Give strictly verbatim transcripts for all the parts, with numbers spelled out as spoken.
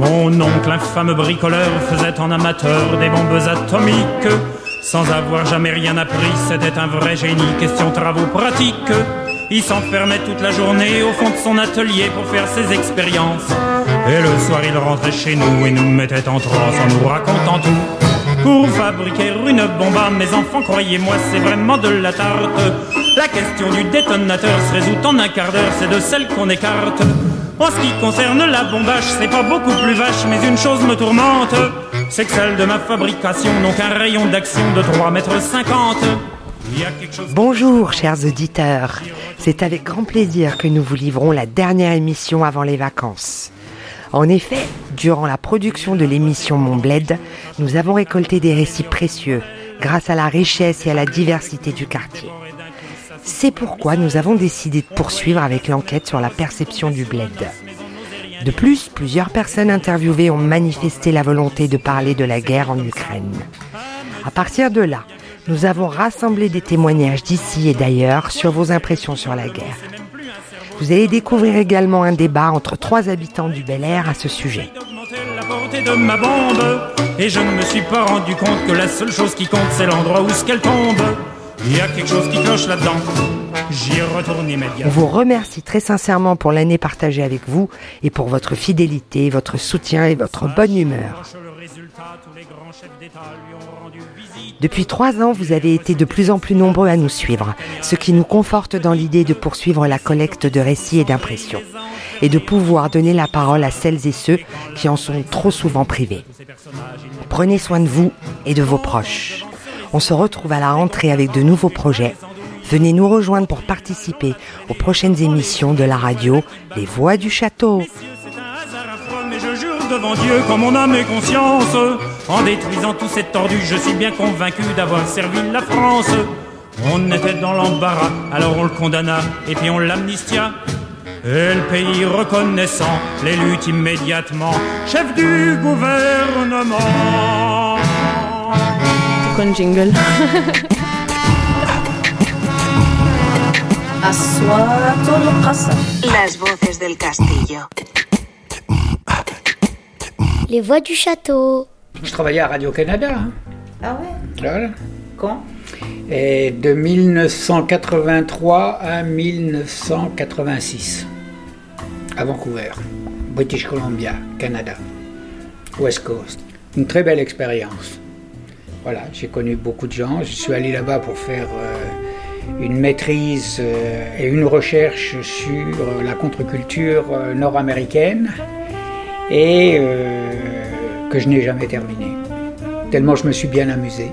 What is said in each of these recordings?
Mon oncle, infâme bricoleur, faisait en amateur des bombes atomiques. Sans avoir jamais rien appris, c'était un vrai génie, question travaux pratiques. Il s'enfermait toute la journée au fond de son atelier pour faire ses expériences. Et le soir il rentrait chez nous et nous mettait en transe en nous racontant tout. Pour fabriquer une bombe, mes enfants, croyez-moi, c'est vraiment de la tarte. La question du détonateur se résout en un quart d'heure, c'est de celle qu'on écarte. En ce qui concerne la bombage, c'est pas beaucoup plus vache, mais une chose me tourmente, c'est que celle de ma fabrication n'ont qu'un rayon d'action de trois mètres cinquante. Bonjour chers auditeurs, c'est avec grand plaisir que nous vous livrons la dernière émission avant les vacances. En effet, durant la production de l'émission Mon Bled, nous avons récolté des récits précieux grâce à la richesse et à la diversité du quartier. C'est pourquoi nous avons décidé de poursuivre avec l'enquête sur la perception du bled. De plus, plusieurs personnes interviewées ont manifesté la volonté de parler de la guerre en Ukraine. À partir de là, nous avons rassemblé des témoignages d'ici et d'ailleurs sur vos impressions sur la guerre. Vous allez découvrir également un débat entre trois habitants du Bel Air à ce sujet. La portée de ma bombe, et je ne me suis pas rendu compte que la seule chose qui compte, c'est l'endroit où ce qu'elle tombe. Il y a quelque chose qui cloche là-dedans. J'y retourne immédiatement. On vous remercie très sincèrement pour l'année partagée avec vous et pour votre fidélité, votre soutien et votre bonne humeur. Depuis trois ans, vous avez été de plus en plus nombreux à nous suivre, ce qui nous conforte dans l'idée de poursuivre la collecte de récits et d'impressions, et de pouvoir donner la parole à celles et ceux qui en sont trop souvent privés. Prenez soin de vous et de vos proches. On se retrouve à la rentrée avec de nouveaux projets. Venez nous rejoindre pour participer aux prochaines émissions de la radio Les Voix du Château. Mais je jure devant Dieu, comme mon âme et conscience, en détruisant tous ces tordus, je suis bien convaincu d'avoir servi la France. On était dans l'embarras, alors on le condamna, et puis on l'amnistia. Et le pays reconnaissant, l'élut immédiatement chef du gouvernement. Con jingle. Las voces del castillo. Les Voix du Château. Je travaillais à Radio-Canada. Hein. Ah ouais? Voilà. Quand? Et de dix-neuf cent quatre-vingt-trois à dix-neuf cent quatre-vingt-six. À Vancouver, British Columbia, Canada. West Coast. Une très belle expérience. Voilà, j'ai connu beaucoup de gens. Je suis allé là-bas pour faire euh, une maîtrise euh, et une recherche sur euh, la contre-culture euh, nord-américaine. Et euh, que je n'ai jamais terminé, tellement je me suis bien amusé.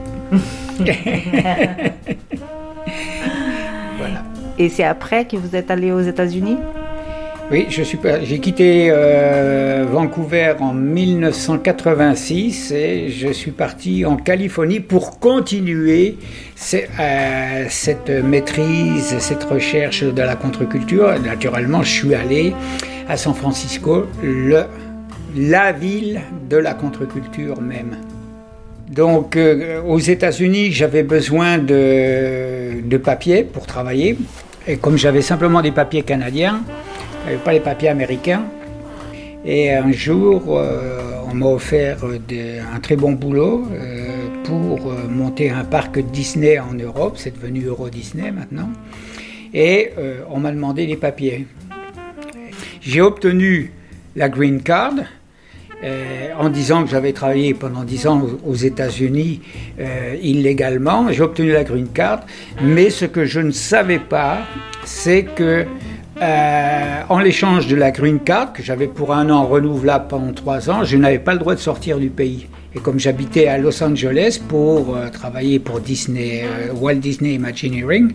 Voilà. Et c'est après que vous êtes allé aux États-Unis? Oui, je suis, j'ai quitté euh, Vancouver en dix-neuf cent quatre-vingt-six et je suis parti en Californie pour continuer euh, cette maîtrise, cette recherche de la contre-culture. Naturellement, je suis allé à San Francisco, le la ville de la contre-culture même. Donc euh, aux États-Unis, j'avais besoin de, de papiers pour travailler. Et comme j'avais simplement des papiers canadiens, je n'avais pas les papiers américains. Et un jour, euh, on m'a offert de, un très bon boulot euh, pour euh, monter un parc Disney en Europe. C'est devenu Euro Disney maintenant. Et euh, on m'a demandé les papiers. J'ai obtenu la green card. Euh, en disant que j'avais travaillé pendant dix ans aux États-Unis euh, illégalement. J'ai obtenu la green card, mais ce que je ne savais pas, c'est que euh, en l'échange de la green card, que j'avais pour un an renouvelable pendant trois ans, je n'avais pas le droit de sortir du pays. Et comme j'habitais à Los Angeles pour euh, travailler pour Disney, euh, Walt Disney Imagineering,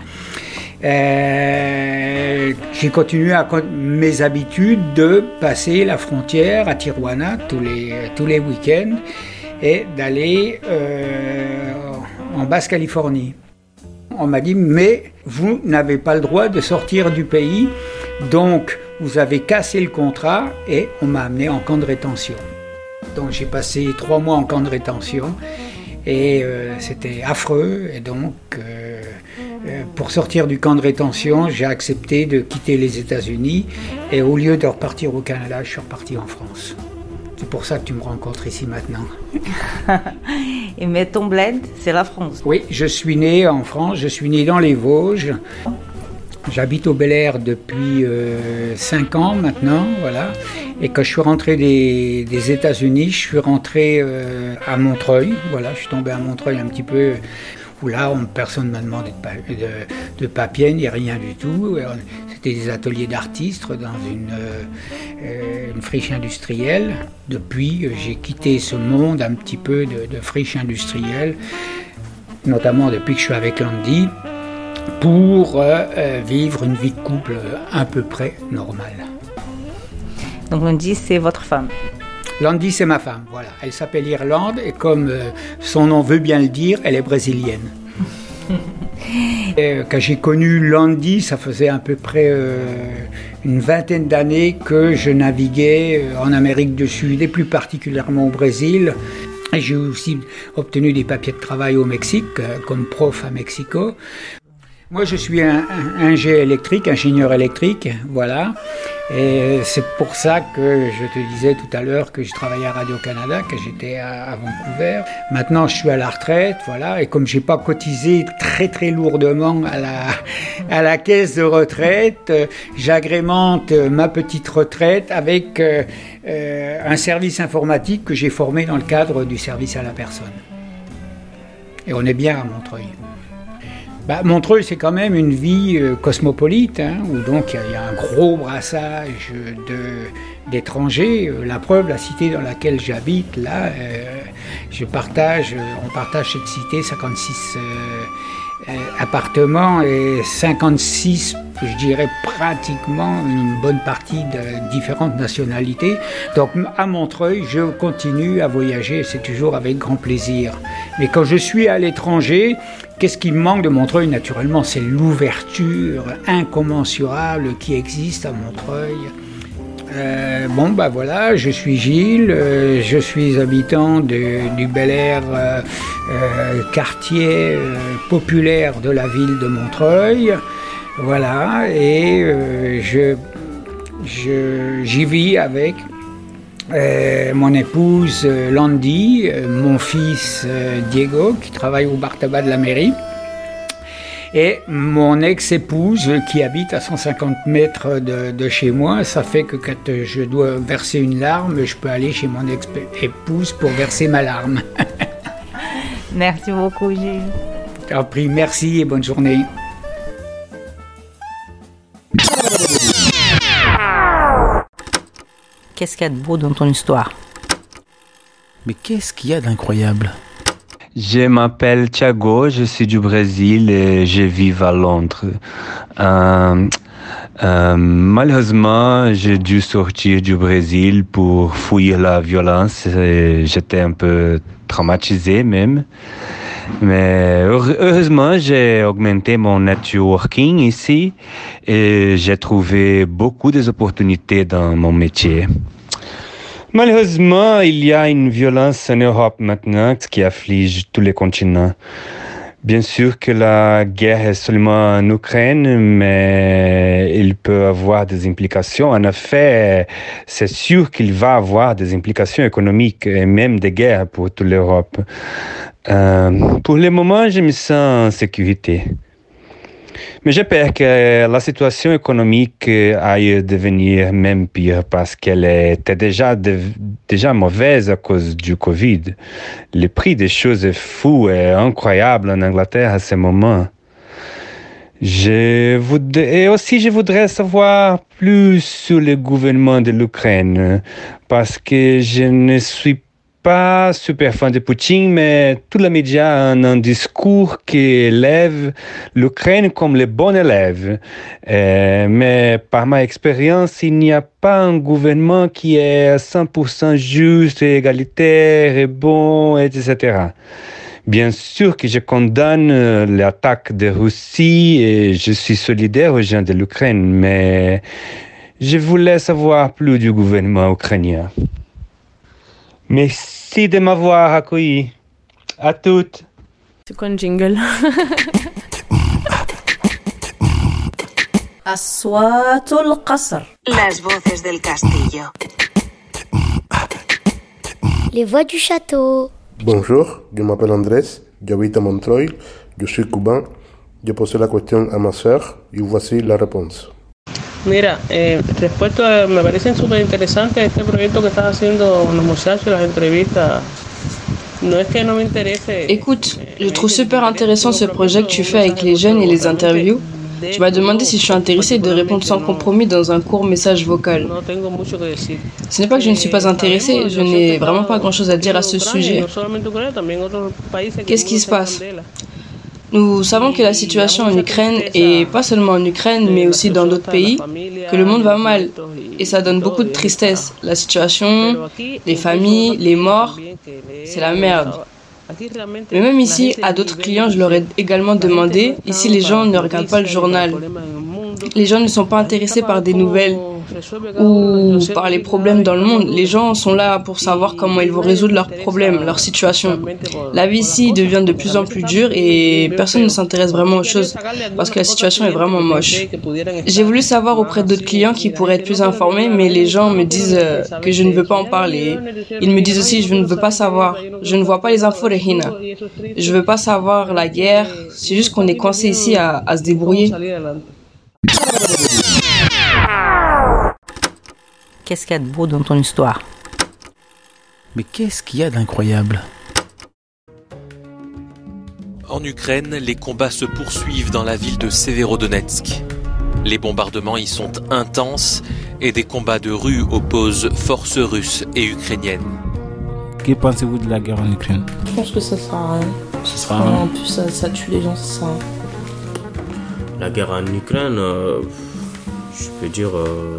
Euh, j'ai continué à mes habitudes de passer la frontière à Tijuana tous les, tous les week-ends et d'aller euh, en Basse-Californie. On m'a dit, mais vous n'avez pas le droit de sortir du pays, donc vous avez cassé le contrat et on m'a amené en camp de rétention. Donc j'ai passé trois mois en camp de rétention et euh, c'était affreux et donc... Euh, Pour sortir du camp de rétention, j'ai accepté de quitter les États-Unis et au lieu de repartir au Canada, je suis reparti en France. C'est pour ça que tu me rencontres ici maintenant. Et mais ton bled, c'est la France. Oui, je suis né en France, je suis né dans les Vosges. J'habite au Bel Air depuis euh, cinq ans maintenant, voilà. Et quand je suis rentré des, des États-Unis, je suis rentré euh, à Montreuil, voilà. Je suis tombé à Montreuil un petit peu, où là, on, personne ne m'a demandé de, de, de papier, ni rien du tout. C'était des ateliers d'artistes dans une, euh, une friche industrielle. Depuis, j'ai quitté ce monde un petit peu de, de friche industrielle, notamment depuis que je suis avec Landy, pour euh, vivre une vie de couple à peu près normale. Donc Landy, c'est votre femme? Landy, c'est ma femme, voilà. Elle s'appelle Irlande et comme euh, son nom veut bien le dire, elle est brésilienne. Et, quand j'ai connu Landy, ça faisait à peu près euh, une vingtaine d'années que je naviguais en Amérique du Sud et plus particulièrement au Brésil. Et j'ai aussi obtenu des papiers de travail au Mexique euh, comme prof à Mexico. Moi, je suis un, un ingé électrique, ingénieur électrique, voilà. Et c'est pour ça que je te disais tout à l'heure que je travaillais à Radio-Canada, que j'étais à, à Vancouver. Maintenant, je suis à la retraite, voilà. Et comme j'ai pas cotisé très très lourdement à la, à la caisse de retraite, euh, j'agrémente ma petite retraite avec euh, euh, un service informatique que j'ai formé dans le cadre du service à la personne. Et on est bien à Montreuil. Bah, Montreuil, c'est quand même une vie euh, cosmopolite, hein, où donc il y, y a un gros brassage de, d'étrangers. Euh, la preuve, la cité dans laquelle j'habite, là, euh, je partage, euh, on partage cette cité, cinquante-six euh, euh, appartements et cinquante-six, je dirais pratiquement une bonne partie de différentes nationalités. Donc à Montreuil, je continue à voyager, c'est toujours avec grand plaisir. Mais quand je suis à l'étranger, qu'est-ce qui me manque de Montreuil? Naturellement, c'est l'ouverture incommensurable qui existe à Montreuil. Euh, bon, bah voilà, je suis Gilles, euh, je suis habitant de, du Bel Air, euh, euh, quartier euh, populaire de la ville de Montreuil. Voilà, et euh, je, je, j'y vis avec euh, mon épouse euh, Landy, euh, mon fils euh, Diego, qui travaille au bar tabac de la mairie, et mon ex-épouse qui habite à cent cinquante mètres de, de chez moi. Ça fait que quand je dois verser une larme, je peux aller chez mon ex-épouse pour verser ma larme. Merci beaucoup, Gilles. Je t'en prie, merci et bonne journée. Qu'est-ce qu'il y a de beau dans ton histoire? Mais qu'est-ce qu'il y a d'incroyable? Je m'appelle Thiago, je suis du Brésil et je vis à Londres. Euh, euh, malheureusement, j'ai dû sortir du Brésil pour fuir la violence. Et j'étais un peu traumatisé même. Mais heureusement, j'ai augmenté mon networking ici et j'ai trouvé beaucoup d'opportunités dans mon métier. Malheureusement, il y a une violence en Europe maintenant qui afflige tous les continents. Bien sûr que la guerre est seulement en Ukraine, mais il peut avoir des implications. En effet, c'est sûr qu'il va avoir des implications économiques et même des guerres pour toute l'Europe. Euh, pour le moment, je me sens en sécurité. Mais j'espère que la situation économique aille devenir même pire parce qu'elle était déjà, de, déjà mauvaise à cause du Covid. Le prix des choses est fou et incroyable en Angleterre à ce moment. Je voudrais, et aussi, je voudrais savoir plus sur le gouvernement de l'Ukraine parce que je ne suis pas super fan de Poutine, mais tous les médias ont un discours qui élève l'Ukraine comme le bon élève. Euh, mais par ma expérience, il n'y a pas un gouvernement qui est à cent pour cent juste, et égalitaire, et bon, et cetera. Bien sûr que je condamne l'attaque de Russie et je suis solidaire aux gens de l'Ukraine, mais je voulais savoir plus du gouvernement ukrainien. Merci de m'avoir accueilli. À toutes. C'est quoi un jingle? أصوات القصر. Las voces del castillo. Les voix du château. Bonjour, je m'appelle Andrés, j'habite à Montreuil, je suis cubain. J'ai posé la question à ma sœur y voici la réponse. Mira, eh, respecto a, me parecen súper interesantes este proyecto que estás haciendo con los muchachos, las entrevistas. No es que no me interese. Écoute, je trouve super intéressant ce projet que tu fais avec les jeunes et les interviews. Tu m'as demandé si je suis intéressée de répondre sans compromis dans un court message vocal. Ce n'est pas que je ne suis pas intéressée, je n'ai vraiment pas grand-chose à dire à ce sujet. Qu'est-ce qui se passe ? Nous savons que la situation en Ukraine, et pas seulement en Ukraine, mais aussi dans d'autres pays, que le monde va mal. Et ça donne beaucoup de tristesse. La situation, les familles, les morts, c'est la merde. Mais même ici, à d'autres clients, je leur ai également demandé, ici les gens ne regardent pas le journal. Les gens ne sont pas intéressés par des nouvelles ou par les problèmes dans le monde. Les gens sont là pour savoir comment ils vont résoudre leurs problèmes, leur situation. La vie ici devient de plus en plus dure et personne ne s'intéresse vraiment aux choses parce que la situation est vraiment moche. J'ai voulu savoir auprès d'autres clients qui pourraient être plus informés, mais les gens me disent que je ne veux pas en parler. Ils me disent aussi je ne veux pas savoir. Je ne vois pas les infos, Regina. Je ne veux pas savoir la guerre. C'est juste qu'on est coincé ici à, à se débrouiller. Qu'est-ce qu'il y a de beau dans ton histoire ? Mais qu'est-ce qu'il y a d'incroyable ? En Ukraine, les combats se poursuivent dans la ville de Severodonetsk. Les bombardements y sont intenses et des combats de rue opposent forces russes et ukrainiennes. Que pensez-vous de la guerre en Ukraine ? Je pense que ça sert à rien. Ça sert à rien. En plus, ça, ça tue les gens, ça sert à rien. La guerre en Ukraine, euh, je peux dire... Euh,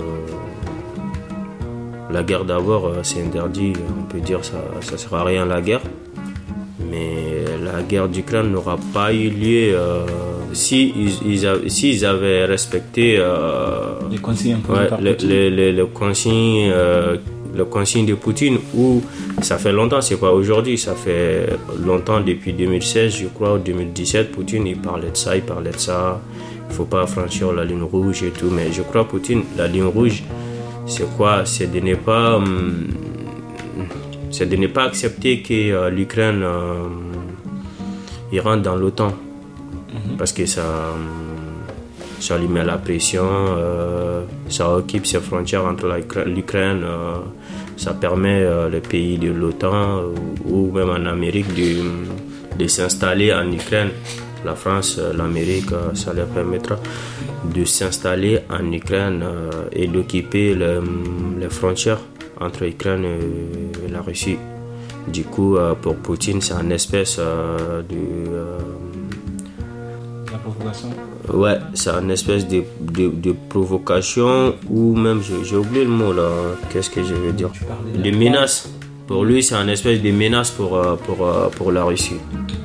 la guerre d'abord, euh, c'est interdit. On peut dire que ça ne sert à rien la guerre. Mais la guerre d'Ukraine n'aura pas eu lieu euh, si ils, ils a, s'ils avaient respecté euh, les consignes, ouais, les, les, les, les consignes, euh, les consignes de Poutine. Où ça fait longtemps, c'est pas aujourd'hui, ça fait longtemps depuis deux mille seize, je crois, ou deux mille dix-sept. Poutine il parlait de ça, il parlait de ça. Il faut pas franchir la ligne rouge et tout. Mais je crois Poutine, la ligne rouge, c'est quoi? C'est de ne pas hum, c'est de ne pas accepter que euh, l'Ukraine euh, il rentre dans l'OTAN. Mm-hmm. Parce que ça, ça lui met la pression, euh, ça occupe ses frontières entre l'Ukraine, euh, ça permet euh, les pays de l'OTAN ou, ou même en Amérique de, de s'installer en Ukraine. La France, l'Amérique, ça leur permettra de s'installer en Ukraine euh, et d'occuper le, les frontières entre l'Ukraine et la Russie. Du coup, euh, pour Poutine, c'est une espèce euh, de... Euh, La provocation. Ouais, c'est une espèce de, de, de provocation ou même, j'ai oublié le mot là, qu'est-ce que je veux dire? De menace. Pour lui, c'est une espèce de menace pour, pour, pour, pour la Russie.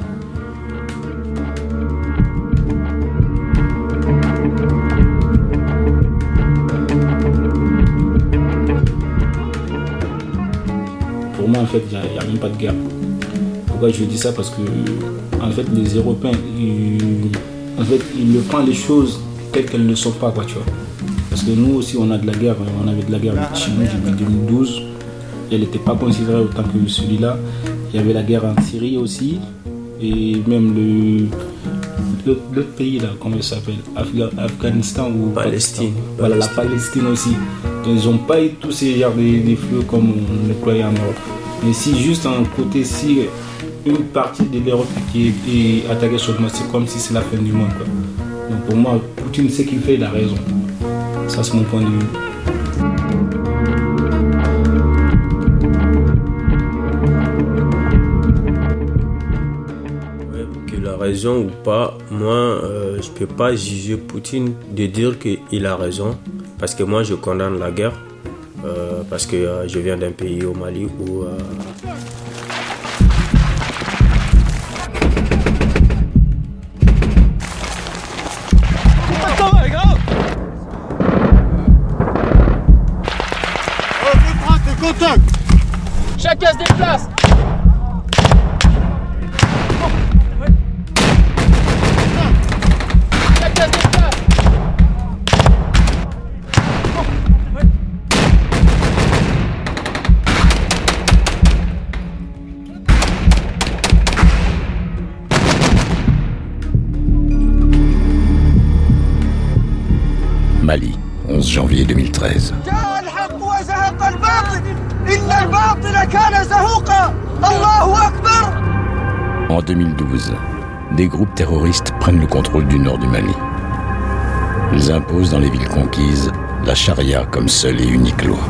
En fait, il n'y a, a même pas de guerre. Pourquoi je dis ça? Parce que en fait, les Européens, ils, en fait, ils le prennent les choses telles qu'elles ne sont pas, quoi, tu vois. Parce que nous aussi, on a de la guerre. On avait de la guerre avec Chine depuis deux mille douze. Elle n'était pas considérée autant que celui-là. Il y avait la guerre en Syrie aussi. Et même le, l'autre, l'autre pays, là, comment il s'appelle? Afga, Afghanistan ou Palestine. Pakistan. Voilà, la Palestine aussi. Donc, ils n'ont pas eu tous ces genres de, de flux comme on le croyait en Europe. Mais si juste un côté, si une partie de l'Europe qui est, est attaquée sur le monde, c'est comme si c'est la fin du monde, quoi. Donc pour moi, Poutine sait qu'il fait, il a raison. Ça, c'est mon point de vue. Ouais, qu'il a raison ou pas, moi, euh, je ne peux pas juger Poutine de dire qu'il a raison. Parce que moi, je condamne la guerre. Euh, parce que euh, je viens d'un pays au Mali où euh, Attends, les gars! Oh, je prends tes contacts! Chacun se déplace! Chacun se déplace! Mali, onze janvier deux mille treize. En deux mille douze, des groupes terroristes prennent le contrôle du nord du Mali. Ils imposent dans les villes conquises la charia comme seule et unique loi.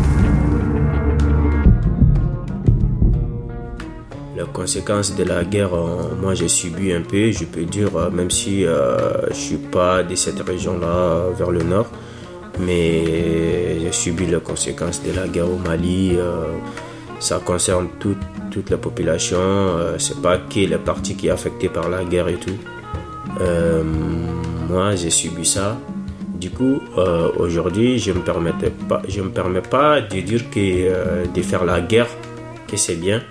Les conséquences de la guerre, euh, moi j'ai subi un peu, je peux dire, euh, même si euh, je ne suis pas de cette région-là euh, vers le nord, mais j'ai subi les conséquences de la guerre au Mali. Euh, ça concerne toute, toute la population, euh, c'est pas que les parties qui sont affectées par la guerre et tout. Euh, moi j'ai subi ça. Du coup, euh, aujourd'hui, je ne me permettais pas, je me permets pas de dire que euh, de faire la guerre, que c'est bien.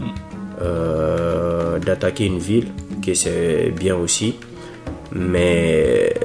Euh, d'attaquer une ville, que c'est bien aussi, mais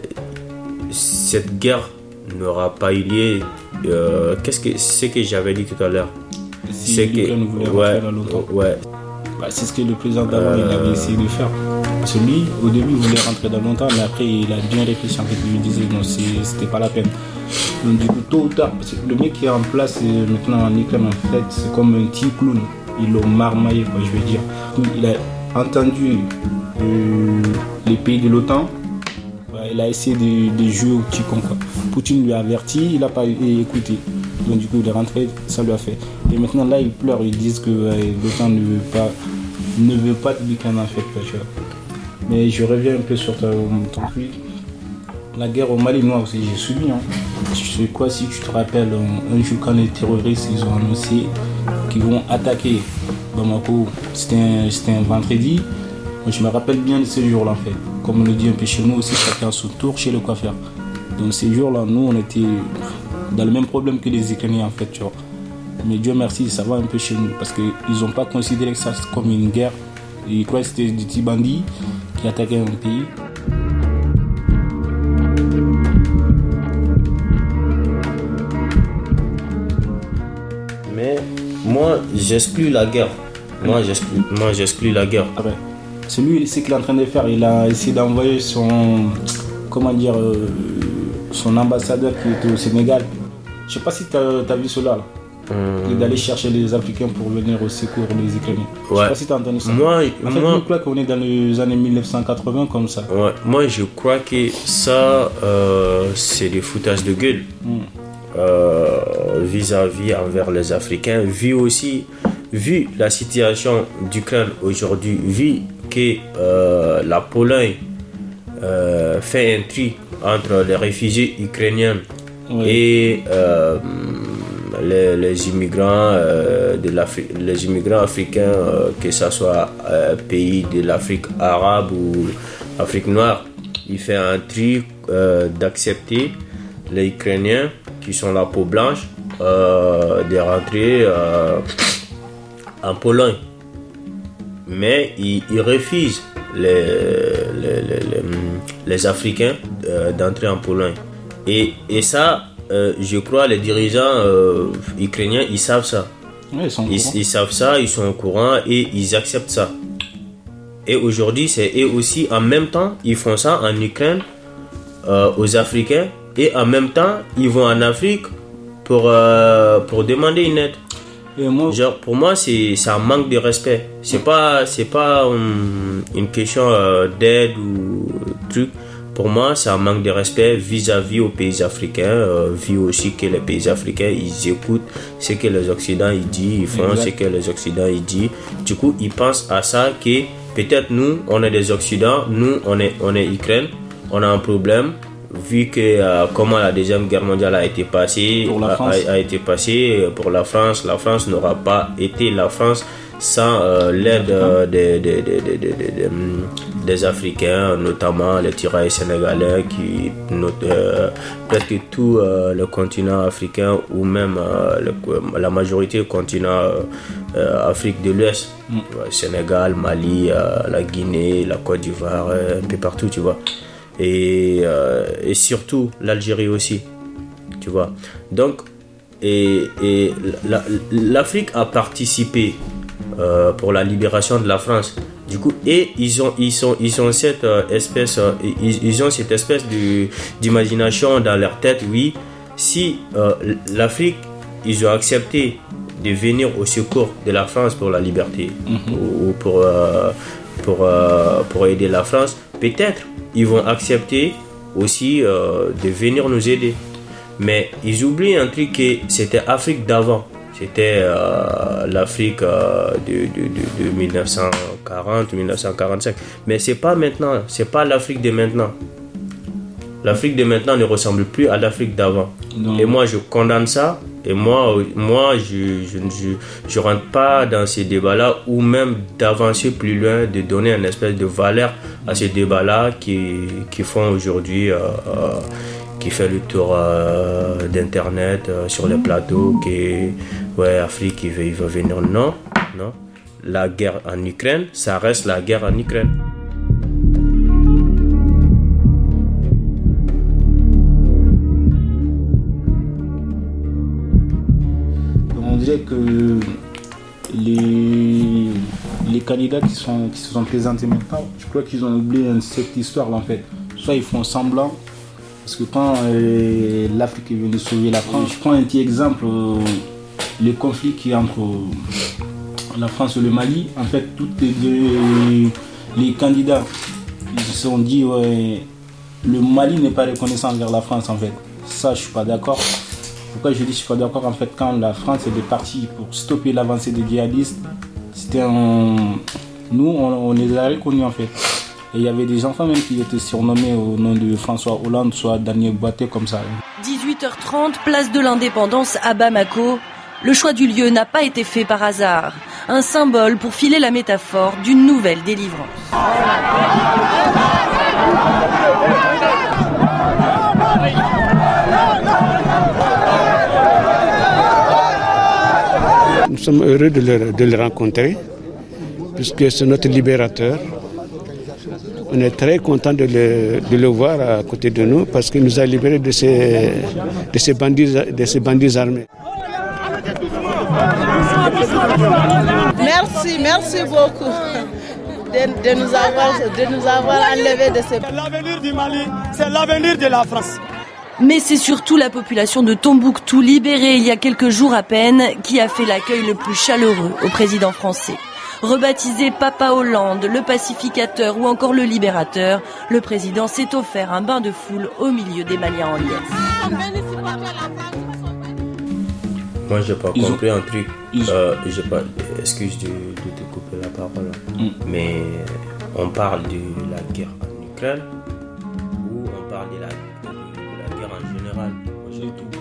cette guerre n'aura pas eu lieu. Euh, qu'est-ce que c'est que j'avais dit tout à l'heure? Si c'est que ouais, ouais. Bah, c'est ce que le président d'avant euh... il avait essayé de faire. Parce que lui, au début, il voulait rentrer dans l'OTAN, mais après, il a bien réfléchi. En fait, il lui disait non, c'était pas la peine. Donc, du coup, tôt ou tard, le mec qui est en place maintenant en Ukraine, en fait, c'est comme un petit clown. Ils l'ont marmaillé, quoi, je veux dire. Il a entendu euh, les pays de l'OTAN. Ouais, il a essayé de, de jouer au petit con, quoi. Poutine lui a averti, il n'a pas écouté. Donc, du coup, il est rentré, ça lui a fait. Et maintenant, là, ils pleurent, ils disent que ouais, l'OTAN ne veut pas, ne veut pas de l'Ukraine, en fait, quoi, tu vois. Mais je reviens un peu sur ton truc. La guerre au Mali, moi aussi, j'ai subi. Hein. Je sais quoi, si tu te rappelles, un, un jour quand les terroristes ils ont annoncé qu'ils vont attaquer Bamako, c'était un, c'était un vendredi. Moi, je me rappelle bien de ce jour-là, en fait. Comme on le dit un peu chez nous aussi, chacun son tour chez le coiffeur. Donc ces jours-là, nous, on était dans le même problème que les Ukrainiens, en fait, tu vois. Mais Dieu merci, ça va un peu chez nous, parce qu'ils n'ont pas considéré ça comme une guerre. Ils croyaient que c'était des petits bandits qui attaquaient un pays. Mais moi, j'exclus la guerre. Moi, j'exclus, moi, j'exclus la guerre. Ah ben, c'est lui, c'est ce qu'il est en train de faire. Il a essayé d'envoyer son, comment dire, euh, son ambassadeur qui était au Sénégal. Je sais pas si tu as vu cela là. Hum. D'aller chercher les Africains pour venir au secours des Ukrainiens. Ouais. Je sais pas si tu as entendu ça. Moi, en fait, moi, je crois qu'on est dans les années mille neuf cent quatre-vingts comme ça. Ouais. Moi, je crois que ça, euh, c'est des foutages de gueule. Hum. Euh, vis-à-vis envers les Africains, vu aussi, vu la situation d'Ukraine aujourd'hui, vu que euh, la Pologne euh, fait un tri entre les réfugiés ukrainiens oui. et euh, les, les immigrants euh, de l'Afrique, les immigrants africains, euh, que ce soit euh, pays de l'Afrique arabe ou Afrique noire, il fait un tri euh, d'accepter les Ukrainiens qui sont la peau blanche euh, de rentrer euh, en Pologne, mais ils, ils refusent les, les, les, les, les Africains euh, d'entrer en Pologne. Et, et ça, euh, je crois, les dirigeants euh, ukrainiens, ils savent ça. Oui, ils, sont ils, ils savent ça, ils sont au courant et ils acceptent ça. Et aujourd'hui, c'est eux aussi, en même temps, ils font ça en Ukraine euh, aux Africains. Et en même temps, ils vont en Afrique pour, euh, pour demander une aide. Et moi, Genre, pour moi, c'est, c'est un manque de respect. C'est pas, c'est pas um, une question euh, d'aide ou truc. Pour moi, c'est un manque de respect vis-à-vis aux pays africains. Euh, vu aussi que les pays africains, ils écoutent ce que les Occidentaux ils disent, ils font exact. Ce que les Occidentaux ils disent. Du coup, ils pensent à ça que peut-être nous, on est des Occidentaux, nous, on est, on est Ukraine, on a un problème. Vu que euh, comment la deuxième guerre mondiale a été passée, a, a, a été passée pour la France, la France n'aura pas été la France sans euh, l'aide euh, des, des, des, des, des, des, des Africains, notamment les tirailleurs sénégalais, qui notre, euh, presque tout euh, le continent africain ou même euh, le, la majorité du continent euh, Afrique de l'Ouest, mm. Sénégal, Mali, euh, la Guinée, la Côte d'Ivoire, euh, un peu partout, tu vois. Et, euh, et surtout l'Algérie aussi, tu vois. Donc, et, et la, l'Afrique a participé euh, pour la libération de la France, Du coup, et ils ont, ils sont, ils ont cette euh, espèce, euh, ils, ils ont cette espèce de, d'imagination dans leur tête. Oui, si euh, l'Afrique, ils ont accepté de venir au secours de la France pour la liberté, mm-hmm. ou, ou pour, euh, pour, euh, pour aider la France, peut-être ils vont accepter aussi euh, de venir nous aider. Mais ils oublient un truc que c'était Afrique d'avant. C'était euh, l'Afrique euh, de, de, de, de mille neuf cent quarante, mille neuf cent quarante-cinq. Mais c'est pas maintenant, c'est pas l'Afrique de maintenant. L'Afrique de maintenant ne ressemble plus à l'Afrique d'avant. Non. Et moi, je condamne ça. Et moi, moi je je, je je rentre pas dans ces débats-là, ou même d'avancer plus loin, de donner une espèce de valeur à ces débats-là qui, qui font aujourd'hui... Euh, euh, qui fait le tour euh, d'internet euh, sur les plateaux, qui ouais, Afrique il veut, il veut venir. Non, non. La guerre en Ukraine, ça reste la guerre en Ukraine. On dirait que les, les candidats qui, sont, qui se sont présentés maintenant, je crois qu'ils ont oublié cette histoire en fait. Soit ils font semblant. Parce que quand euh, l'Afrique est venue sauver la France, je prends un petit exemple, euh, le conflit qui est entre euh, la France et le Mali, en fait, tous les, les candidats, ils se sont dit, ouais, le Mali n'est pas reconnaissant envers la France, en fait. Ça, je ne suis pas d'accord. Pourquoi je dis que je ne suis pas d'accord? En fait, quand la France est partie pour stopper l'avancée des djihadistes, c'était un... Nous, on, on les a reconnus, en fait. Et il y avait des enfants même qui étaient surnommés au nom de François Hollande, soit Daniel Boité, comme ça. dix-huit heures trente, place de l'Indépendance à Bamako. Le choix du lieu n'a pas été fait par hasard. Un symbole pour filer la métaphore d'une nouvelle délivrance. Nous sommes heureux de le, de le rencontrer, puisque c'est notre libérateur. On est très content de le, de le voir à côté de nous parce qu'il nous a libérés de ces, de ces, bandits, de ces bandits armés. Merci, merci beaucoup de, de, nous, avoir, de nous avoir enlevés de ces... L'avenir du Mali, c'est l'avenir de la France. Mais c'est surtout la population de Tombouctou, libérée il y a quelques jours à peine, qui a fait l'accueil le plus chaleureux au président français. Rebaptisé Papa Hollande, le pacificateur ou encore le libérateur, le président s'est offert un bain de foule au milieu des Maliens en liesse. Moi, j'ai pas ils compris ont... un truc. Euh, j'ai pas... Excuse de, de te couper la parole. Mm. Mais on parle de la guerre en Ukraine ou on parle de la, de, de la guerre en général? J'ai tout.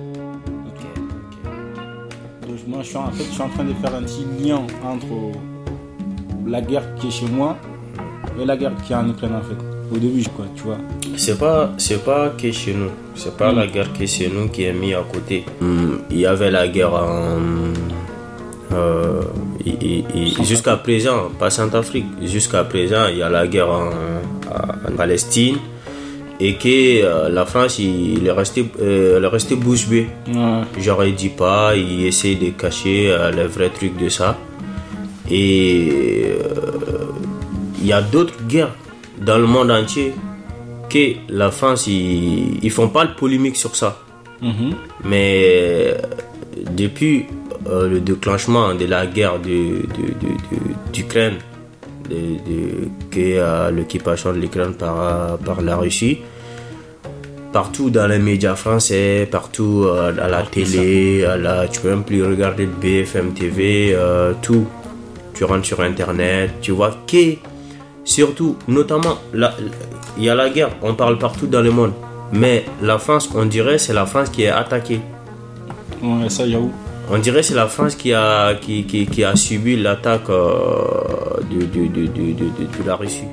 Moi, je suis, en fait, je suis en train de faire un petit lien entre la guerre qui est chez moi et la guerre qui est en Ukraine, en fait. Au début, quoi, tu vois. C'est pas, c'est pas que chez nous. C'est pas mmh. la guerre qui est chez nous qui est mise à côté. Mmh. Il y avait la guerre en... Euh, et, et, et jusqu'à présent, pas Centrafrique, jusqu'à présent, il y a la guerre en, en Palestine. Et que euh, la France, il, il est resté, euh, elle est resté bouche bée. Ouais. J'aurais dit pas, il essaie de cacher euh, le vrai truc de ça. Et il euh, y a d'autres guerres dans le monde entier que la France, ils ne font pas de polémique sur ça. Mm-hmm. Mais euh, depuis euh, le déclenchement de la guerre de, de, de, de, d'Ukraine, De, de, que euh, l'occupation de l'Ukraine par, par la Russie, partout dans les médias français, partout euh, à la télé, à la, tu peux même plus regarder B F M T V, euh, tout. Tu rentres sur internet, tu vois que, surtout, notamment, il y a la guerre, on parle partout dans le monde, mais la France, on dirait, c'est la France qui est attaquée. Ouais, ça, j'avoue. On dirait que c'est la France qui a, qui, qui, qui a subi l'attaque euh, de, de, de, de, de, de la Russie.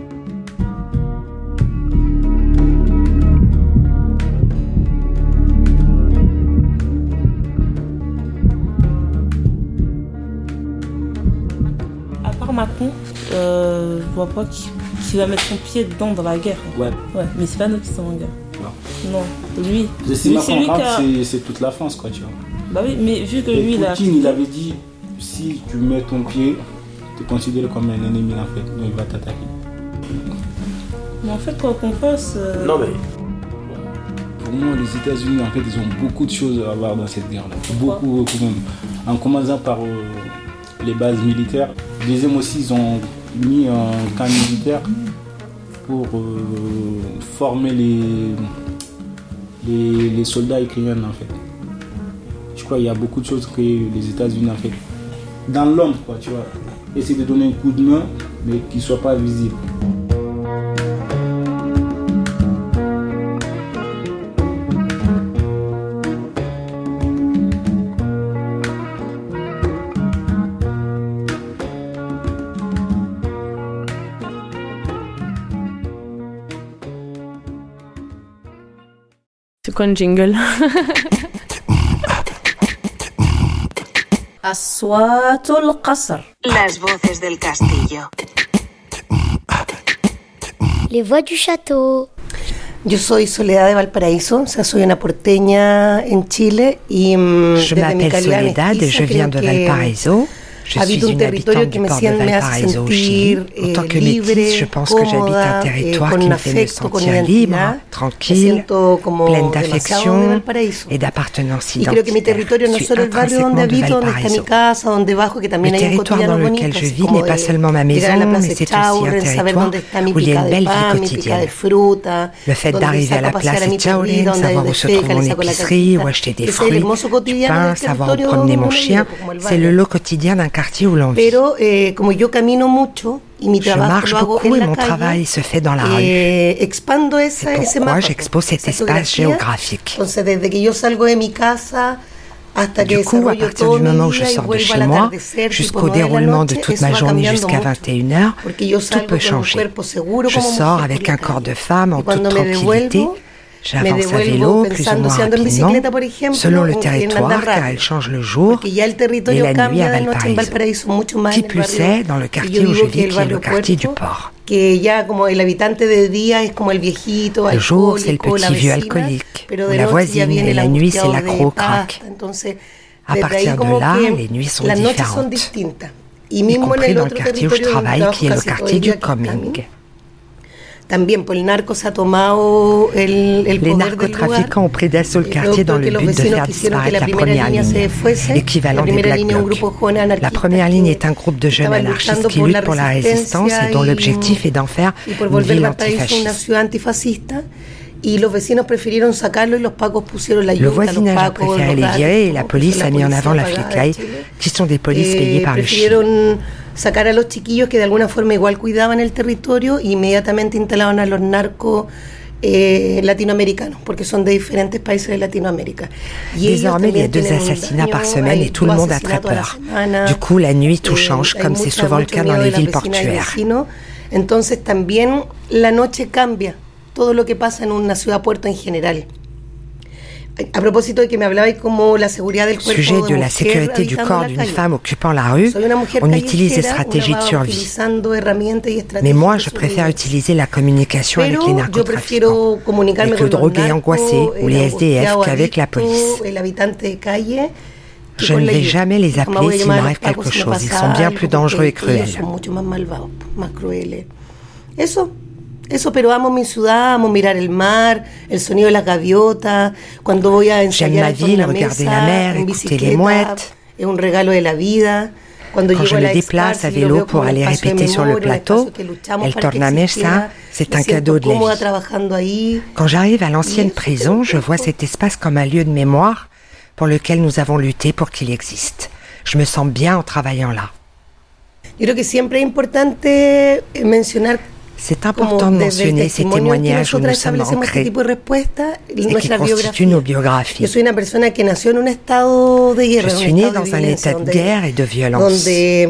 À part Macron, euh, je vois pas qui, qui va mettre son pied dedans dans la guerre. Ouais. Ouais, mais c'est pas nous qui sommes en guerre. Non. Non, lui. C'est lui, c'est, lui a... c'est, c'est toute la France, quoi, tu vois. Bah oui, mais vu que Et lui, Poutine, il a... il avait dit, si tu mets ton pied, te considérer comme un ennemi en fait, donc il va t'attaquer. Mais en fait, quoi qu'on fasse. Euh... Non, mais. Pour moi, les États-Unis, en fait, ils ont beaucoup de choses à voir dans cette guerre-là. Beaucoup, beaucoup même. En commençant par euh, les bases militaires. Deuxième aussi, ils ont mis un camp militaire pour euh, former les, les, les soldats ukrainiens, en fait. Je crois qu'il y a beaucoup de choses que les États-Unis, en fait, dans l'ombre, quoi, tu vois. Essayer de donner un coup de main, mais qui ne soit pas visible. C'est quoi un jingle? أصوات القصر. Las voces del castillo. Les voix du château. Yo soy Soledad de Valparaíso, o sea, soy una porteña en Chile y je m'appelle Soledad et je viens de Valparaíso. Je suis une habitante du port de Valparaíso au Chili. En tant que métisse, je pense que j'habite un territoire qui me fait me sentir libre, tranquille, pleine d'affection et d'appartenance identitaire. Je suis intrinsèquement de Valparaíso. Le territoire dans lequel je vis n'est pas seulement ma maison, mais c'est aussi un territoire où il y a une belle vie quotidienne. Le fait d'arriver à la place de Chauren, savoir où se trouve mon épicerie, où acheter des fruits, du pain, savoir où promener mon chien, c'est le lot quotidien d'un quartier où l'on vit. Pero, eh, como yo camino mucho y mi je marche beaucoup et mon travail se fait dans la rue. Eh, expando esa, c'est pourquoi j'expose cet espace géographique. Entonces, desde que yo salgo de mi casa hasta que du coup, à partir du moment où je sors de chez moi, jusqu'au déroulement de toute ma journée jusqu'à vingt et une heures, tout peut changer. Je sors avec un corps de femme en toute tranquillité. J'avance à vélo, plus ou moins rapidement, selon le territoire, car elle change le jour et la nuit à Valparaíso. Qui plus est, dans le quartier où je vis, qui est le quartier du port. Le jour, c'est le petit vieux alcoolique, ou la voisine, et la nuit, c'est l'accro crack. À partir de là, les nuits sont différentes, y compris dans le quartier où je travaille, qui est le quartier du Coming. También, pues el narco se ha tomado el, el Les narcotrafiquants ont pris d'assaut le quartier dans le but de faire disparaître la première ligne, l'équivalent des Black Blocs. La première ligne est un groupe de jeunes anarchistes qui luttent pour la résistance et dont l'objectif est d'en faire une ville antifasciste. Le voisinage a préféré les virer et la police a mis en avant la flicaille, qui sont des polices payées par le Chili. Sacar a los chiquillos que de alguna forma igual cuidaban el territorio e inmediatamente instalaban a los narcos eh, latinoamericanos, porque son de diferentes países de Latinoamérica. Désormais, il y a deux assassinats par semaine et tout le monde a très peur. Du coup, la nuit, tout change, comme c'est souvent le cas dans les villes portuaires. Entonces, también la noche cambia todo lo que pasa en una ciudad-puerto en general. A propósito de que me hablabais como la seguridad del cuerpo sujet de la sécurité du corps d'une femme occupant la rue, on utilise des stratégies de survie. Mais moi, je préfère utiliser la communication avec les narcotrafiquants, avec le drogué angoissé ou les S D F qu'avec la police. Je ne vais jamais les appeler s'il m'arrive quelque chose. Ils sont bien plus dangereux et cruels. Eso, pero amo mi ciudad, amo mirar el mar, el sonido de las gaviotas, cuando voy a ensayar en la mesa, en bicicleta, es un regalo de la vida. Quand je me déplace à vélo pour aller répéter sur le plateau, El Tornamesa, c'est un cadeau de la vie. Quand j'arrive à l'ancienne prison, je vois cet espace comme un lieu de mémoire pour lequel nous avons lutté pour qu'il existe. Je me sens bien en travaillant là. Yo creo que siempre es importante mencionar. C'est important de mentionner ces témoignages où nous sommes ancrés et qui constituent nos biographies. Je suis née dans un état de guerre et de violence.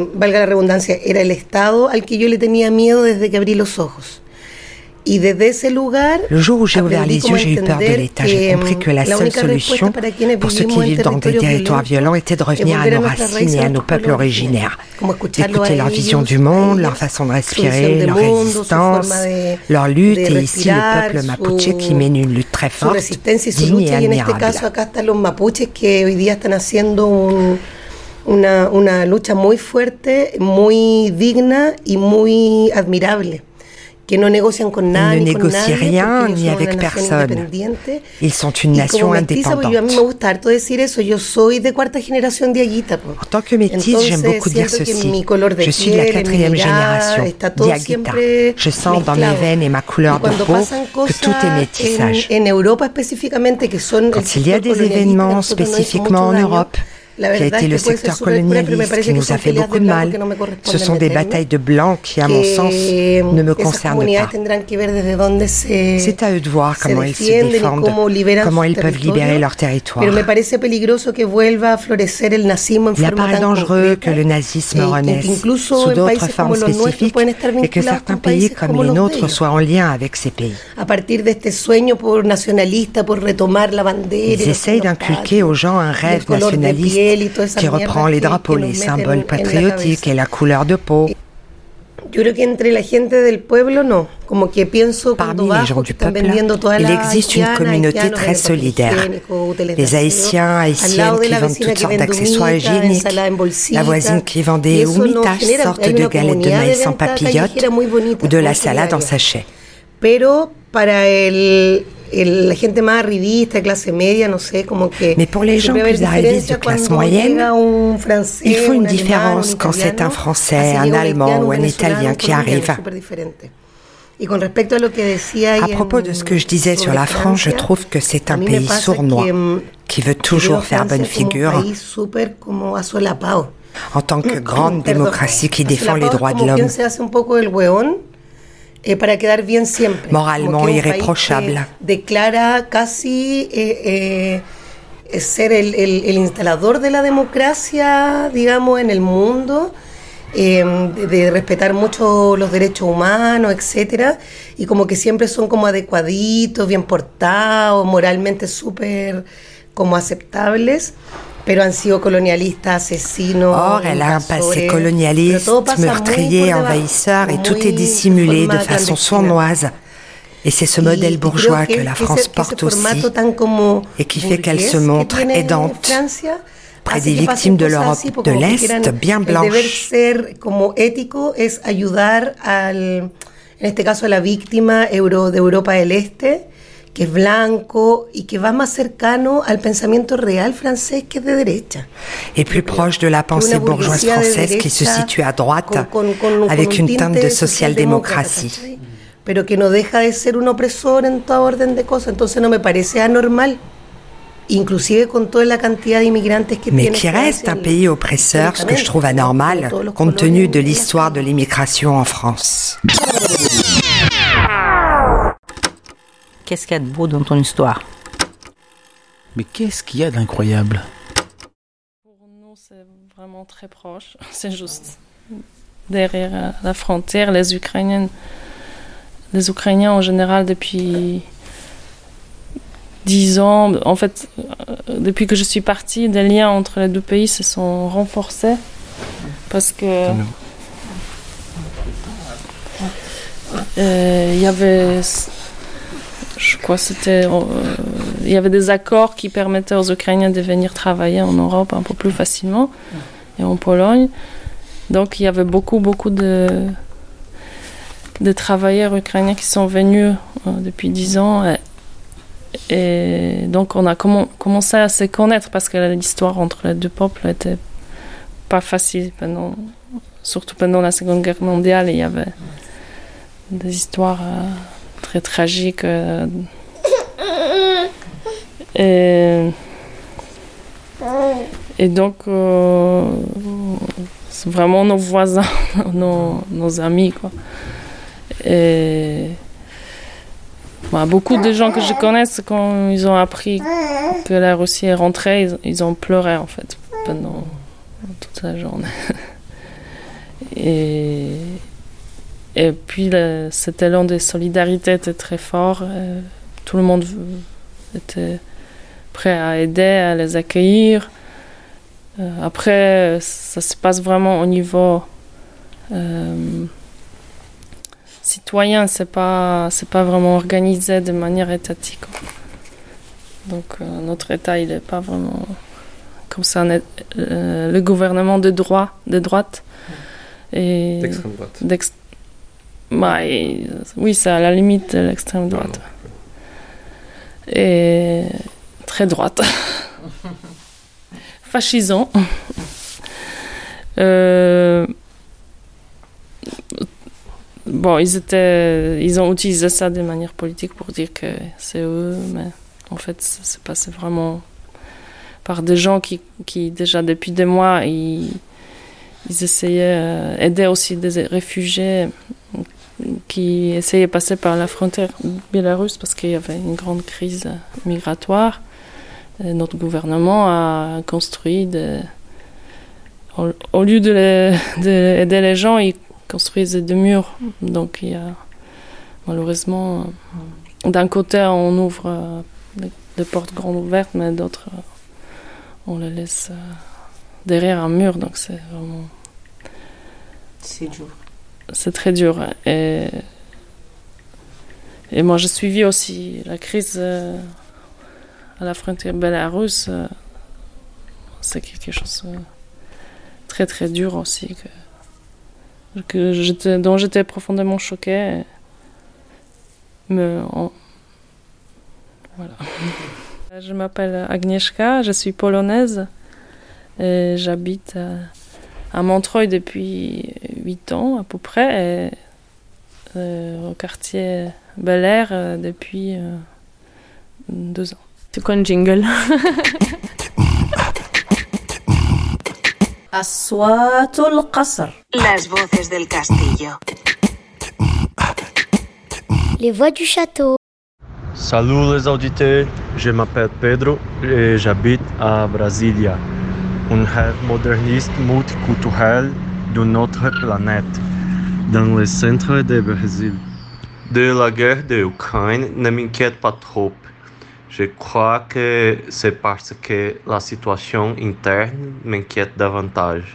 Le jour où j'ai ouvert les yeux, j'ai eu peur de l'État. J'ai compris que la seule solution pour ceux qui vivent dans des territoires violents était de revenir à nos racines et à nos peuples originaires. D'écouter leur vision du monde, leur façon de respirer, leur résistance, leur lutte, et ici le peuple mapuche qui mène une lutte très forte, digne et admirable. una, una lucha muy fuerte, muy digna y muy admirable. Que no négocient con nada, Ils ne ni con négocient nadie, rien porque ni son avec una nación personne. independiente. Ils sont une Y nation como mestiza, porque yo, a mí me indépendante. gusta harto decir eso, yo soy de cuarta generación diaguita. Po. En tant que métisse, j'aime beaucoup dire ceci. Je suis de la quatrième génération, Diaguita. Je sens dans mes veines et ma couleur de peau que tout est métissage. En, en Europa específicamente, que son Quand il y a des événements spécifiquement en Europe, qui a été le secteur colonialiste qui nous a fait beaucoup de mal, ce sont des batailles de blancs qui, à mon sens, ne me concernent pas. C'est à eux de voir comment ils se défendent, comment ils peuvent libérer leur territoire. Il apparaît dangereux que le nazisme renaisse sous d'autres formes spécifiques et que certains pays comme les nôtres soient en lien avec ces pays. Ils essayent d'inculquer aux gens un rêve nationaliste qui reprend les drapeaux, les symboles patriotiques et la couleur de peau. Parmi les gens du peuple, il existe une communauté très solidaire. Les Haïtiens, Haïtiennes qui vendent toutes sortes d'accessoires hygiéniques, la voisine qui vend des humitas, sorte de galettes de maïs en papillotes, ou de la salade en sachet. La gente más arribista, clase media, no sé, como que... Mais pour les gens plus arrivistes de classe moyenne, il faut une différence quand c'est un Français, un Allemand ou un Italien qui arrive. À propos de ce que je disais sur la France, je trouve que c'est un pays sournois qui veut toujours faire bonne figure en tant que grande démocratie qui défend les droits de l'homme. Eh, para quedar bien siempre. Moralement irréprochable. Declara casi eh, eh, ser el, el, el instalador de la democracia, digamos, en el mundo, eh, de, de respetar mucho los derechos humanos, etcétera, y como que siempre son como adecuaditos, bien portados, moralmente súper como aceptables. Pero han sido colonialistas, asesinos. Or, elle a un passé colonialiste, meurtrier, envahisseur, et tout est dissimulé de façon sournoise. Et c'est ce modèle bourgeois que la France porte aussi, et qui fait qu'elle se montre aidante près des victimes de l'Europe de l'Est, bien blanches. El deber ser como ético es ayudar al, en este caso a la víctima euro, de Europa del Este, que es blanco y que va más cercano al pensamiento real francés que es de derecha. Et plus proche de la pensée bourgeoise française qui se situe à droite avec une teinte de social-démocratie. Pero que no deja de ser un opresor en toda orden de cosas, entonces no me parece anormal. Inclusive con toda la cantidad de inmigrantes que Mais qui reste un pays oppresseur, ce que je trouve anormal, compte tenu de l'histoire de l'immigration en France. Qu'est-ce qu'il y a de beau dans ton histoire? Mais qu'est-ce qu'il y a d'incroyable? Pour nous, c'est vraiment très proche. C'est juste derrière la frontière. Les Ukrainiens, les Ukrainiens en général, depuis dix ans, en fait, depuis que je suis partie, des liens entre les deux pays se sont renforcés. Parce que euh, il y avait... Je crois que c'était, euh, il y avait des accords qui permettaient aux Ukrainiens de venir travailler en Europe un peu plus facilement et en Pologne. Donc il y avait beaucoup, beaucoup de, de travailleurs ukrainiens qui sont venus euh, depuis dix ans. Et, et donc on a comm- commencé à se connaître parce que l'histoire entre les deux peuples n'était pas facile. Pendant, surtout pendant la Seconde Guerre mondiale, il y avait des histoires... Euh, très tragique. Euh, et, et donc, euh, c'est vraiment nos voisins, nos, nos amis, quoi. Et bah, beaucoup de gens que je connais, quand ils ont appris que la Russie est rentrée, ils, ils ont pleuré, en fait, pendant toute la journée. Et... Et puis, le, cet élan de solidarité était très fort. Euh, tout le monde était prêt à aider, à les accueillir. Euh, après, ça se passe vraiment au niveau euh, citoyen. C'est pas, c'est pas vraiment organisé de manière étatique. Donc, euh, notre État, il n'est pas vraiment comme ça, euh, le gouvernement de, droit, de droite. Et d'extrême droite. D'ex... Bah, et, oui, c'est à la limite de l'extrême droite. Non, non. Et très droite. Fascisant. euh... Bon, ils, étaient, ils ont utilisé ça de manière politique pour dire que c'est eux, mais en fait, ça s'est passé vraiment par des gens qui, qui déjà depuis des mois, ils, ils essayaient d'aider aussi des réfugiés qui essayaient de passer par la frontière biélorusse parce qu'il y avait une grande crise migratoire. Et notre gouvernement a construit des... Au, au lieu d'aider de de les gens, ils construisent des murs. Donc il y a malheureusement, d'un côté on ouvre des portes grandes ouvertes, mais d'autres on les laisse derrière un mur. Donc c'est vraiment... C'est dur. C'est très dur. Et, et moi j'ai suivi aussi la crise à la frontière bélarusse. C'est quelque chose de très très dur aussi, que, que j'étais, dont j'étais profondément choquée. Mais on... voilà. Je m'appelle Agnieszka, je suis polonaise et j'habite à, à Montreuil depuis huit ans à peu près, et euh, au quartier Bel Air euh, depuis euh, deux ans. C'est quoi un jingle? أصوات القصر. Las voces del castillo. Les voix du château. Salut les auditeurs, je m'appelle Pedro et j'habite à Brasilia, un rêve moderniste multiculturel de notre planète, dans le centre du Brésil. De la guerre de l'Ukraine ne m'inquiète pas trop. Je crois que c'est parce que la situation interne m'inquiète davantage.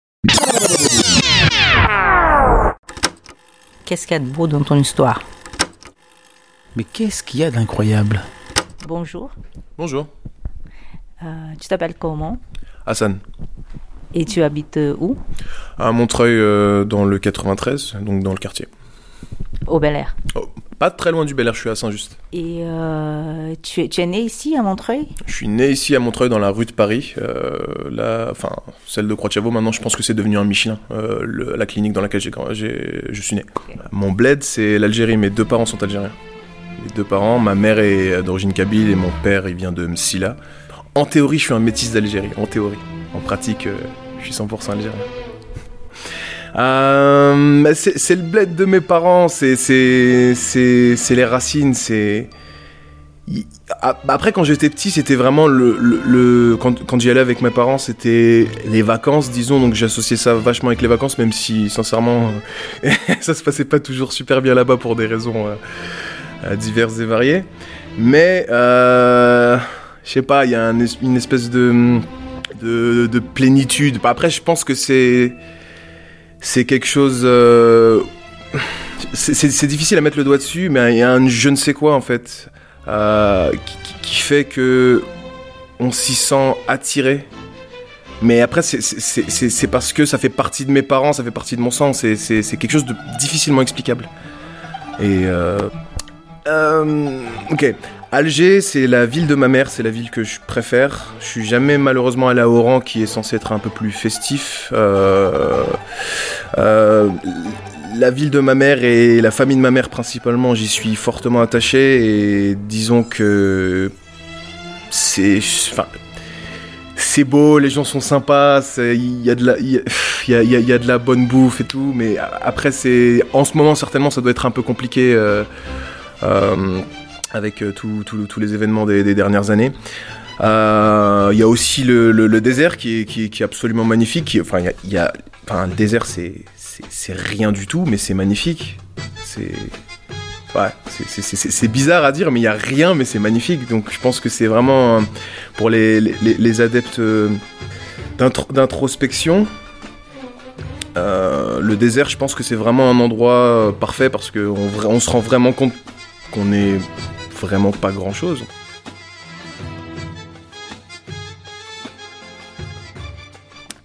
Qu'est-ce qu'il y a de beau dans ton histoire? Mais qu'est-ce qu'il y a d'incroyable? Bonjour. Bonjour. Euh, tu t'appelles comment? Hassan. Et tu habites où? À Montreuil, euh, dans le quatre-vingt-treize, donc dans le quartier. Au Bel Air. Oh, pas très loin du Bel Air, je suis à Saint-Just. Et euh, tu, es, tu es né ici, à Montreuil? Je suis né ici à Montreuil, dans la rue de Paris. Euh, là, enfin, celle de Croix-de-Chavaux, maintenant je pense que c'est devenu un Michelin, euh, le, la clinique dans laquelle j'ai, j'ai, je suis né. Okay. Mon bled, c'est l'Algérie, mes deux parents sont algériens. Les deux parents, ma mère est d'origine kabyle et mon père, il vient de Msila. En théorie, je suis un métis d'Algérie, en théorie. En pratique, euh, je suis cent pour cent algérien. Euh, c'est, c'est le bled de mes parents, c'est, c'est, c'est, c'est les racines, c'est... Après, quand j'étais petit, c'était vraiment le... le, le... Quand, quand j'y allais avec mes parents, c'était les vacances, disons, donc j'associais ça vachement avec les vacances, même si, sincèrement, ça se passait pas toujours super bien là-bas pour des raisons euh, diverses et variées. Mais, euh, je sais pas, il y a un, une espèce de, de, de plénitude. Après, je pense que c'est... C'est quelque chose... Euh, c'est, c'est, c'est difficile à mettre le doigt dessus, mais il y a un je ne sais quoi, en fait, euh, qui, qui fait que on s'y sent attiré. Mais après, c'est, c'est, c'est, c'est parce que ça fait partie de mes parents, ça fait partie de mon sang. C'est, c'est, c'est quelque chose de difficilement explicable. Et... Euh, euh, ok. Alger, c'est la ville de ma mère, c'est la ville que je préfère. Je suis jamais malheureusement allé à Oran, qui est censé être un peu plus festif. Euh, euh, la ville de ma mère et la famille de ma mère principalement, j'y suis fortement attaché. Et disons que c'est, enfin, c'est beau, les gens sont sympas, il y a de la, il y a, y a, y a de la bonne bouffe et tout. Mais après, c'est, en ce moment certainement, ça doit être un peu compliqué. Euh, euh, avec euh, tous tout, tout les événements des, des dernières années. Il euh, y a aussi le, le, le désert qui est, qui, qui est absolument magnifique. Qui, enfin, y a, y a, enfin, le désert, c'est, c'est, c'est rien du tout, mais c'est magnifique. C'est, ouais, c'est, c'est, c'est, c'est bizarre à dire, mais il n'y a rien, mais c'est magnifique. Donc je pense que c'est vraiment pour les, les, les adeptes d'intro, d'introspection. Euh, le désert, je pense que c'est vraiment un endroit parfait parce qu'on on se rend vraiment compte qu'on est vraiment pas grand chose.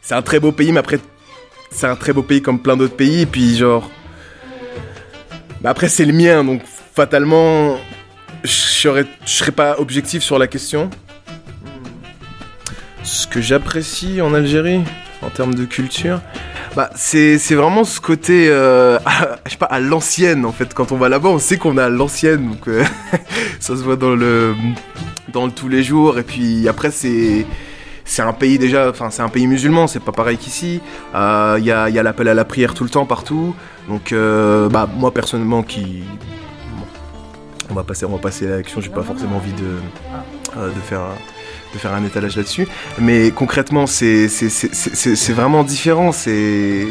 c'est un très beau pays, mais après, c'est un très beau pays comme plein d'autres pays. Et puis, genre, bah après, c'est le mien, donc fatalement, je serais, je serais pas objectif sur la question. Ce que j'apprécie en Algérie, en termes de culture, bah, c'est, c'est vraiment ce côté, euh, à, je sais pas, à l'ancienne, en fait. Quand on va là-bas, on sait qu'on est à l'ancienne, donc euh, ça se voit dans le, dans le tous les jours. Et puis après, c'est, c'est un pays déjà, enfin, c'est un pays musulman, c'est pas pareil qu'ici. Il euh, y a, y a l'appel à la prière tout le temps, partout. Donc, euh, bah, moi, personnellement, qui... Bon, on va passer, on va passer à l'action, j'ai pas forcément envie de, euh, de faire... de faire un étalage là-dessus, mais concrètement c'est, c'est, c'est, c'est, c'est vraiment différent. C'est...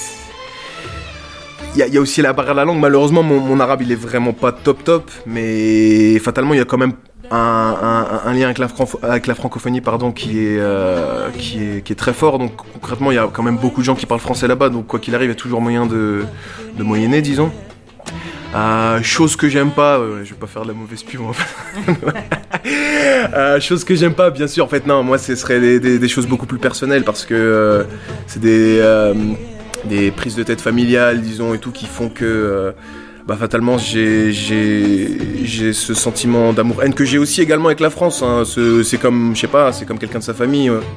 Il y, y a aussi la barrière de la langue. Malheureusement mon, mon arabe il est vraiment pas top top, mais fatalement il y a quand même un, un, un lien avec la, franco- avec la francophonie pardon, qui, est, euh, qui, est, qui est très fort. Donc concrètement il y a quand même beaucoup de gens qui parlent français là-bas, donc quoi qu'il arrive il y a toujours moyen de, de moyenner, disons. Euh, chose que j'aime pas, euh, je vais pas faire de la mauvaise pub. euh, chose que j'aime pas, bien sûr. En fait, non, moi, ce serait des, des, des choses beaucoup plus personnelles parce que euh, c'est des, euh, des prises de tête familiales, disons, et tout, qui font que, euh, bah, fatalement, j'ai, j'ai, j'ai ce sentiment d'amour-haine que j'ai aussi également avec la France. Hein. Ce, c'est comme, je sais pas, c'est comme quelqu'un de sa famille. Euh.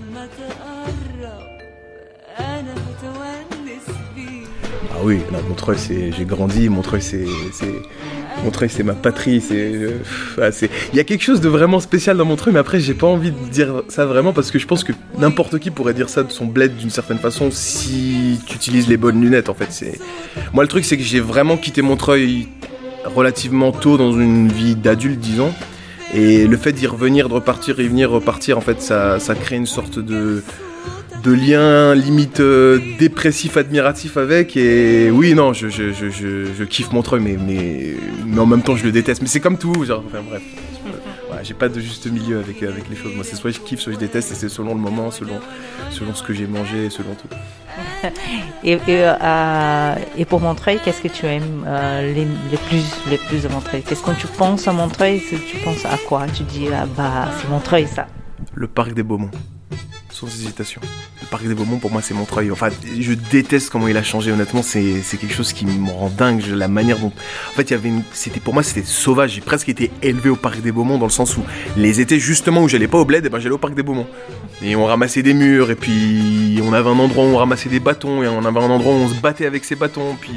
Ah oui, non, Montreuil, c'est, j'ai grandi, Montreuil, c'est, c'est, Montreuil, c'est ma patrie, c'est, euh, ah, c'est, il y a quelque chose de vraiment spécial dans Montreuil, mais après, j'ai pas envie de dire ça vraiment parce que je pense que n'importe qui pourrait dire ça de son bled d'une certaine façon si tu utilises les bonnes lunettes, en fait. C'est, moi, le truc, c'est que j'ai vraiment quitté Montreuil relativement tôt dans une vie d'adulte, disons, et le fait d'y revenir, de repartir, y venir, repartir, en fait, ça, ça crée une sorte de de lien limite euh, dépressif admiratif avec. Et oui non je, je, je, je, je kiffe Montreuil mais, mais, mais en même temps je le déteste, mais c'est comme tout genre, enfin bref ouais, j'ai pas de juste milieu avec, avec les choses. Moi c'est soit je kiffe soit je déteste et c'est selon le moment, selon, selon ce que j'ai mangé, selon tout. et, et, euh, et pour Montreuil, qu'est-ce que tu aimes euh, les, les plus les plus de Montreuil? Qu'est-ce que tu penses à Montreuil? Tu penses à quoi? Tu dis ah bah c'est Montreuil ça. Le parc des Beaumont, sans hésitation. Le parc des Beaumont, pour moi, c'est Montreuil. Enfin, je déteste comment il a changé, honnêtement. C'est, c'est quelque chose qui me rend dingue. La manière dont... En fait, il y avait une... c'était, pour moi, c'était sauvage. J'ai presque été élevé au parc des Beaumont dans le sens où les étés, justement, où j'allais pas au bled, et ben, j'allais au parc des Beaumont. Et on ramassait des murs, et puis on avait un endroit où on ramassait des bâtons, et on avait un endroit où on se battait avec ces bâtons, puis...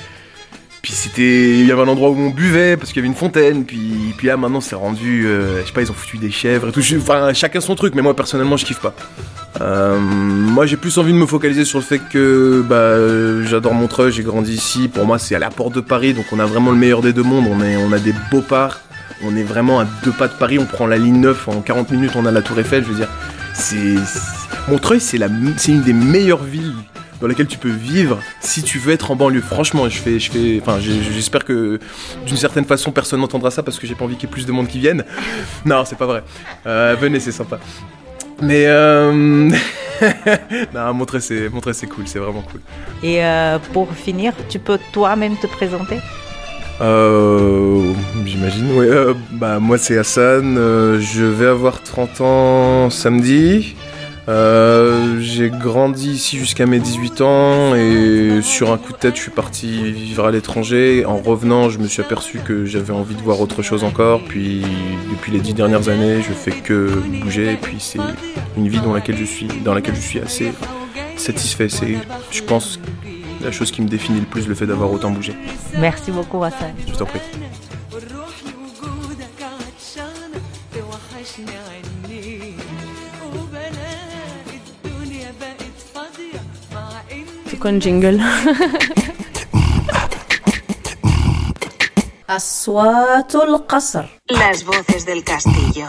Puis c'était, il y avait un endroit où on buvait parce qu'il y avait une fontaine. Puis, puis là maintenant c'est rendu, euh, je sais pas, ils ont foutu des chèvres et tout. Enfin chacun son truc, mais moi personnellement je kiffe pas. Euh, moi j'ai plus envie de me focaliser sur le fait que bah j'adore Montreuil, j'ai grandi ici. Pour moi c'est à la porte de Paris, donc on a vraiment le meilleur des deux mondes. On est, on a des beaux parcs, on est vraiment à deux pas de Paris. On prend la ligne neuf en quarante minutes, on a la Tour Eiffel. Je veux dire, c'est, c'est... Montreuil c'est la, c'est une des meilleures villes dans laquelle tu peux vivre si tu veux être en banlieue. Franchement, je fais, je fais, enfin, j'espère que d'une certaine façon personne n'entendra ça parce que j'ai pas envie qu'il y ait plus de monde qui vienne. Non, c'est pas vrai. Euh, venez, c'est sympa. Mais euh... non, Montreuil, c'est, Montreuil, c'est cool, c'est vraiment cool. Et euh, pour finir, tu peux toi-même te présenter? Euh, j'imagine, ouais. Euh, bah, moi, c'est Hassan. Euh, je vais avoir trente ans samedi. Euh, j'ai grandi ici jusqu'à mes dix-huit ans et sur un coup de tête je suis parti vivre à l'étranger. En revenant je me suis aperçu que j'avais envie de voir autre chose encore, puis depuis les dix dernières années je fais que bouger et puis c'est une vie dans laquelle je suis, dans laquelle je suis assez satisfait. C'est, je pense, la chose qui me définit le plus, le fait d'avoir autant bougé. Merci beaucoup Hassan. Je t'en prie. Con jingle. أصوات القصر. Las voces del castillo.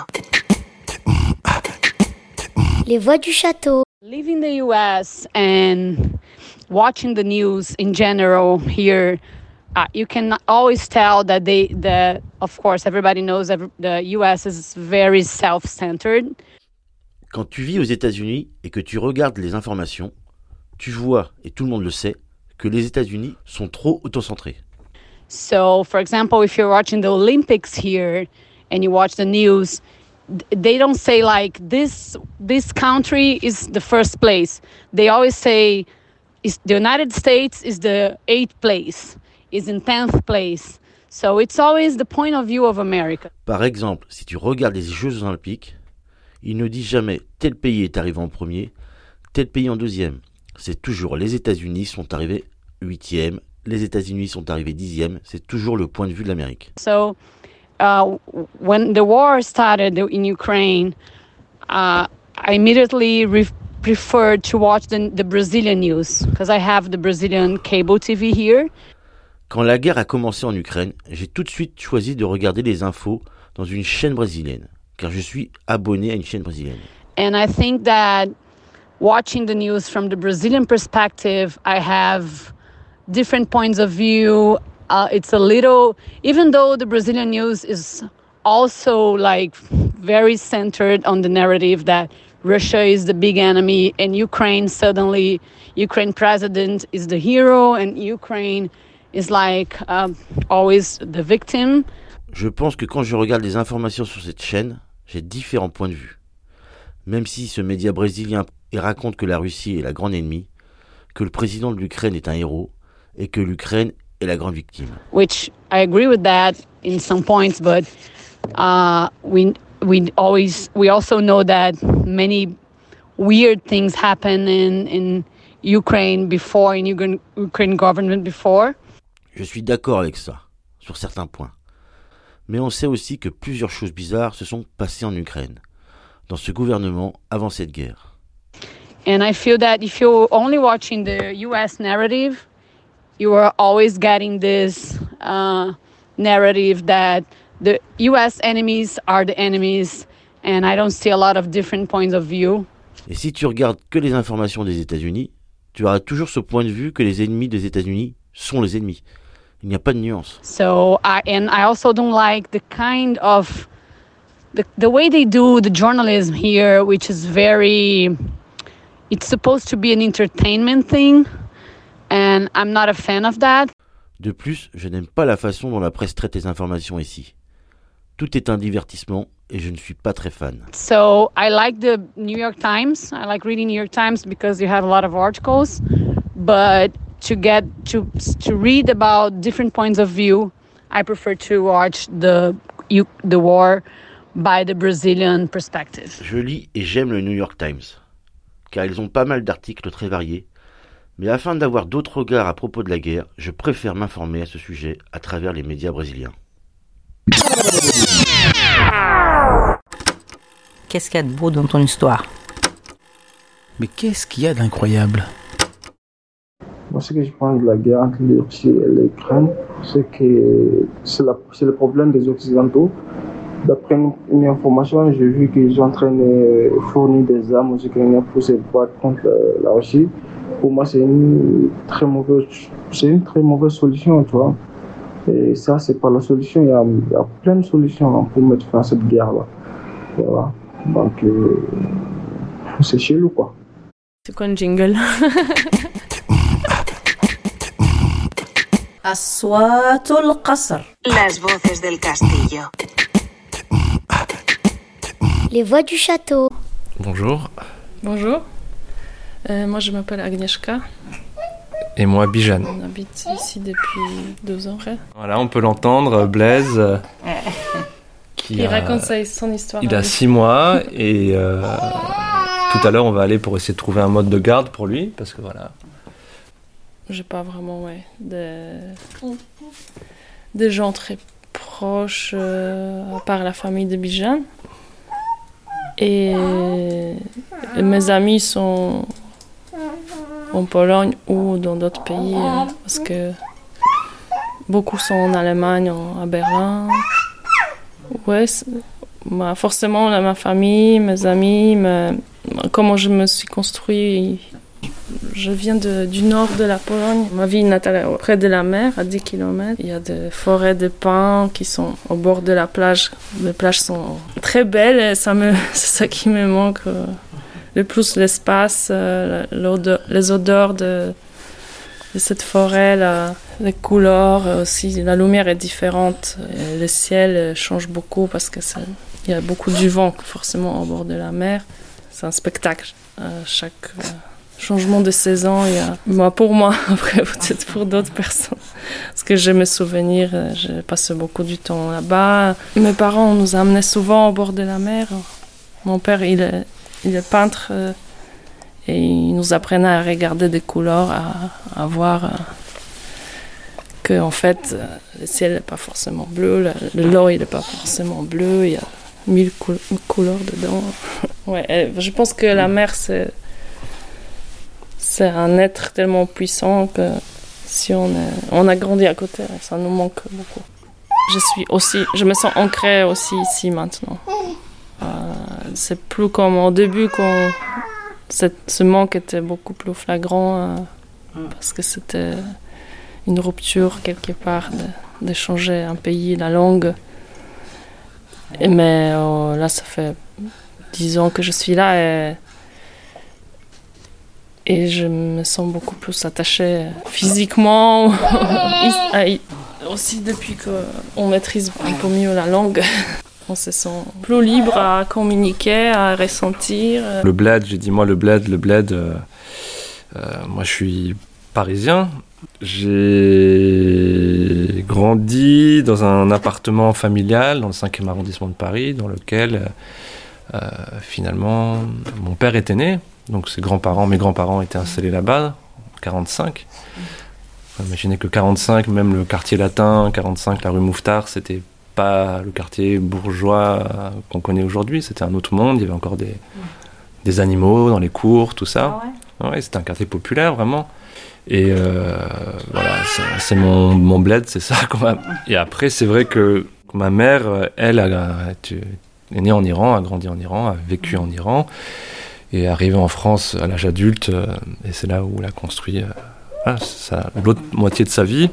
Les voix du château. Leaving the U S and watching the news in general here, uh, you can always tell that they, the, of course, everybody knows that the U S is very self-centered. Quand tu vis aux États-Unis et que tu regardes les informations, tu vois, et tout le monde le sait, que les États-Unis sont trop autocentrés. So, for example, if you're watching the Olympics here and you watch the news, they don't say like this this country is the first place. They always say is the United States is the eighth place, is in tenth place. So it's always the point of view of America. Par exemple, si tu regardes les Jeux Olympiques, ils ne disent jamais tel pays est arrivé en premier, tel pays en deuxième. C'est toujours les États-Unis sont arrivés huitième, les États-Unis sont arrivés dixième. C'est toujours le point de vue de l'Amérique. So uh, when the war started in Ukraine, uh, I immediately re- preferred to watch the, the Brazilian news because I have the Brazilian cable T V here. Quand la guerre a commencé en Ukraine, j'ai tout de suite choisi de regarder les infos dans une chaîne brésilienne, car je suis abonné à une chaîne brésilienne. And I think that watching the news from the Brazilian perspective, I have different points of view. Uh, it's a little, even though the Brazilian news is also like very centered on the narrative that Russia is the big enemy and Ukraine suddenly, Ukraine president is the hero and Ukraine is like um, always the victim. Je pense que quand je regarde les informations sur cette chaîne, j'ai différents points de vue. Même si ce média brésilien raconte que la Russie est la grande ennemie, que le président de l'Ukraine est un héros et que l'Ukraine est la grande victime. Which I agree with that in some points, but uh, we we always we also know that many weird things happen in in Ukraine before, in Ukraine, Ukraine government before. Je suis d'accord avec ça, sur certains points. Mais on sait aussi que plusieurs choses bizarres se sont passées en Ukraine, dans ce gouvernement avant cette guerre. And I feel that if you're only watching the U S narrative, you are always getting this uh, narrative that the U S enemies are the enemies, and I don't see a lot of different points of view. Et si tu regardes que les informations des États-Unis, tu auras toujours ce point de vue que les ennemis des États-Unis sont les ennemis. Il n'y a pas de nuance. So I and I also don't like the kind of the the way they do the journalism here, which is very. It's supposed to be an entertainment thing, and I'm not a fan of that. De plus, je n'aime pas la façon dont la presse traite les informations ici. Tout est un divertissement et je ne suis pas très fan. So I like the New York Times. I like reading New York Times because you have a lot of articles, but to get to to read about different points of view, I prefer to watch the the war by the Brazilian perspective. Je lis et j'aime le New York Times, car ils ont pas mal d'articles très variés, mais afin d'avoir d'autres regards à propos de la guerre, je préfère m'informer à ce sujet à travers les médias brésiliens. Qu'est-ce qu'il y a de beau dans ton histoire? Mais qu'est-ce qu'il y a d'incroyable? Moi, ce que je pense de la guerre entre la Russie et l'Ukraine, c'est que c'est, la, c'est le problème des Occidentaux. D'après une, une information, j'ai vu qu'ils sont en train de fournir des armes aux Ukrainiens pour se battre contre la, la Russie. Pour moi, c'est une très mauvaise, c'est une très mauvaise solution, tu vois. Et ça, c'est pas la solution. Il y a, il y a plein de solutions pour mettre fin à cette guerre-là. Voilà. Donc, euh, c'est chelou, quoi. C'est quoi un jingle? أصوات القصر. Las voces del castillo. Les voix du château. Bonjour. Bonjour. Euh, moi, je m'appelle Agnieszka. Et moi, Bijan. On habite ici depuis deux ans. Après. Voilà, on peut l'entendre, Blaise. Qui Il a, raconte sa, son histoire. Il a six mois et euh, tout à l'heure, on va aller pour essayer de trouver un mode de garde pour lui, parce que voilà. J'ai pas vraiment, ouais, des, des gens très proches, euh, à part la famille de Bijan. Et, et mes amis sont en Pologne ou dans d'autres pays, euh, parce que beaucoup sont en Allemagne, en, à Berlin. Ouais, bah, forcément, là, ma famille, mes amis, mais, comment je me suis construit. Je viens de, du nord de la Pologne. Ma ville natale est près de la mer, à dix kilomètres. Il y a des forêts de pins qui sont au bord de la plage. Les plages sont très belles et ça me, c'est ça qui me manque. Le plus l'espace, l'odeur, les odeurs de, de cette forêt, la, les couleurs aussi. La lumière est différente. Et le ciel change beaucoup parce que ça, il il y a beaucoup du vent forcément au bord de la mer. C'est un spectacle. Euh, chaque euh, changement de saison, il y a... moi, pour moi, après peut-être pour d'autres personnes. Parce que j'ai mes souvenirs, j'ai passé beaucoup du temps là-bas. Mes parents nous amenaient souvent au bord de la mer. Mon père, il est, il est peintre euh, et il nous apprenait à regarder des couleurs, à, à voir... Euh, que en fait le ciel n'est pas forcément bleu, l'eau il n'est pas forcément bleu, il y a mille cou- couleurs dedans. Ouais, je pense que la mer c'est c'est un être tellement puissant que si on est, on a grandi à côté, ça nous manque beaucoup. Je suis aussi, je me sens ancrée aussi ici maintenant. Euh, c'est plus comme au début quand cette, ce manque était beaucoup plus flagrant euh, parce que c'était une rupture quelque part de, de changer un pays, la langue. Et mais oh, là, ça fait dix ans que je suis là et, et je me sens beaucoup plus attachée physiquement. Aussi depuis qu'on maîtrise un peu mieux la langue, on se sent plus libre à communiquer, à ressentir. Le bled, j'ai dit moi le bled, le bled, euh, euh, moi je suis parisien. J'ai grandi dans un appartement familial dans le cinquième arrondissement de Paris, dans lequel euh, finalement mon père était né. Donc ses grands-parents, mes grands-parents étaient installés là-bas, en quarante-cinq. Enfin, imaginez que quarante-cinq, même le quartier latin, quarante-cinq, la rue Mouffetard, c'était pas le quartier bourgeois qu'on connaît aujourd'hui. C'était un autre monde. Il y avait encore des, des animaux dans les cours, tout ça. Ah ouais. Ouais, c'était un quartier populaire vraiment. Et euh, voilà, c'est, c'est mon, mon bled, c'est ça quand même. Et après, c'est vrai que ma mère, elle, a, est née en Iran, a grandi en Iran, a vécu en Iran, et est arrivée en France à l'âge adulte, et c'est là où elle a construit voilà, ça, l'autre moitié de sa vie.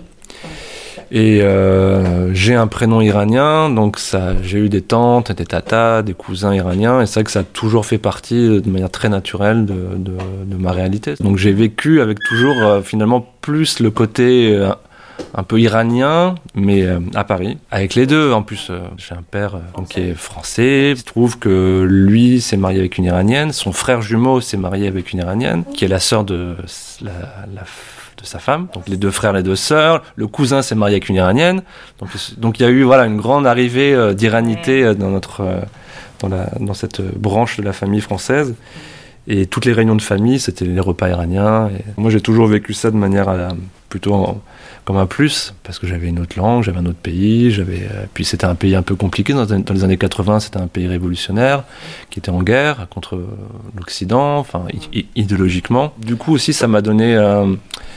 Et euh, j'ai un prénom iranien, donc ça, j'ai eu des tantes, des tatas, des cousins iraniens, et c'est vrai que ça a toujours fait partie de manière très naturelle de, de, de ma réalité. Donc j'ai vécu avec toujours euh, finalement plus le côté euh, un peu iranien, mais euh, à Paris, avec les deux. En plus, euh, j'ai un père euh, donc, qui est français. Il se trouve que lui s'est marié avec une iranienne, son frère jumeau s'est marié avec une iranienne, qui est la sœur de la, la de sa femme, donc les deux frères, les deux sœurs, le cousin s'est marié avec une iranienne, donc donc il y a eu voilà une grande arrivée euh, d'iranité euh, dans notre euh, dans la dans cette branche de la famille française, et toutes les réunions de famille c'était les repas iraniens. Et moi j'ai toujours vécu ça de manière à, plutôt en, comme un plus, parce que j'avais une autre langue, j'avais un autre pays, j'avais euh, puis c'était un pays un peu compliqué dans, dans les années quatre-vingts, c'était un pays révolutionnaire qui était en guerre contre l'Occident, enfin i- idéologiquement. Du coup aussi ça m'a donné euh,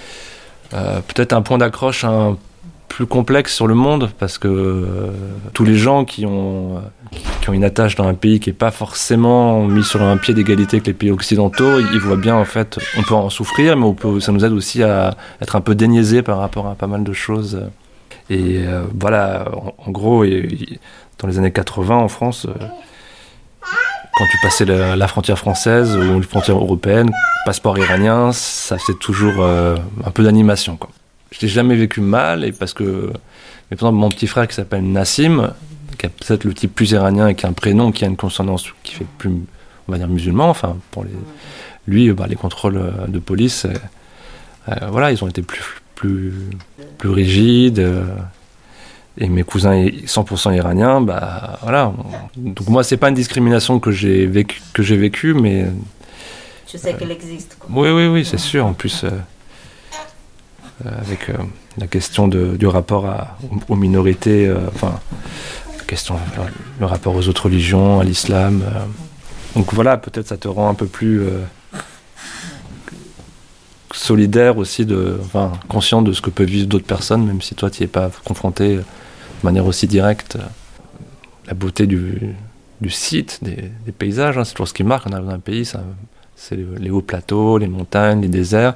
Euh, peut-être un point d'accroche un plus complexe sur le monde, parce que euh, tous les gens qui ont, euh, qui ont une attache dans un pays qui n'est pas forcément mis sur un pied d'égalité avec les pays occidentaux, ils voient bien en fait, on peut en souffrir, mais on peut, ça nous aide aussi à être un peu déniaisés par rapport à pas mal de choses. Et euh, voilà, en, en gros, et, et, dans les années quatre-vingts en France, euh, quand tu passais la, la frontière française ou une frontière européenne, passeport iranien, ça c'est toujours euh, un peu d'animation, quoi. Je l'ai jamais vécu mal, et parce que, mais par exemple, mon petit frère qui s'appelle Nassim, qui a peut-être le type plus iranien et qui a un prénom qui a une consonance qui fait plus, on va dire, musulman, enfin, pour les, lui, bah, les contrôles de police, euh, euh, voilà, ils ont été plus, plus, plus rigides. Euh, Et mes cousins cent pour cent iraniens, bah voilà. Donc moi, c'est pas une discrimination que j'ai vécu, que j'ai vécu, mais tu sais euh, qu'elle existe, quoi. Oui, oui, oui, c'est sûr. En plus, euh, euh, avec euh, la question de, du rapport à, aux minorités, euh, enfin, la question, euh, le rapport aux autres religions, à l'islam. Euh, donc voilà, peut-être ça te rend un peu plus euh, solidaire aussi, de, enfin, conscient de ce que peuvent vivre d'autres personnes, même si toi, tu n'y es pas confronté de manière aussi directe. La beauté du, du site, des, des paysages, hein, c'est toujours ce qui marque. On arrive dans un pays, ça, c'est les hauts plateaux, les montagnes, les déserts.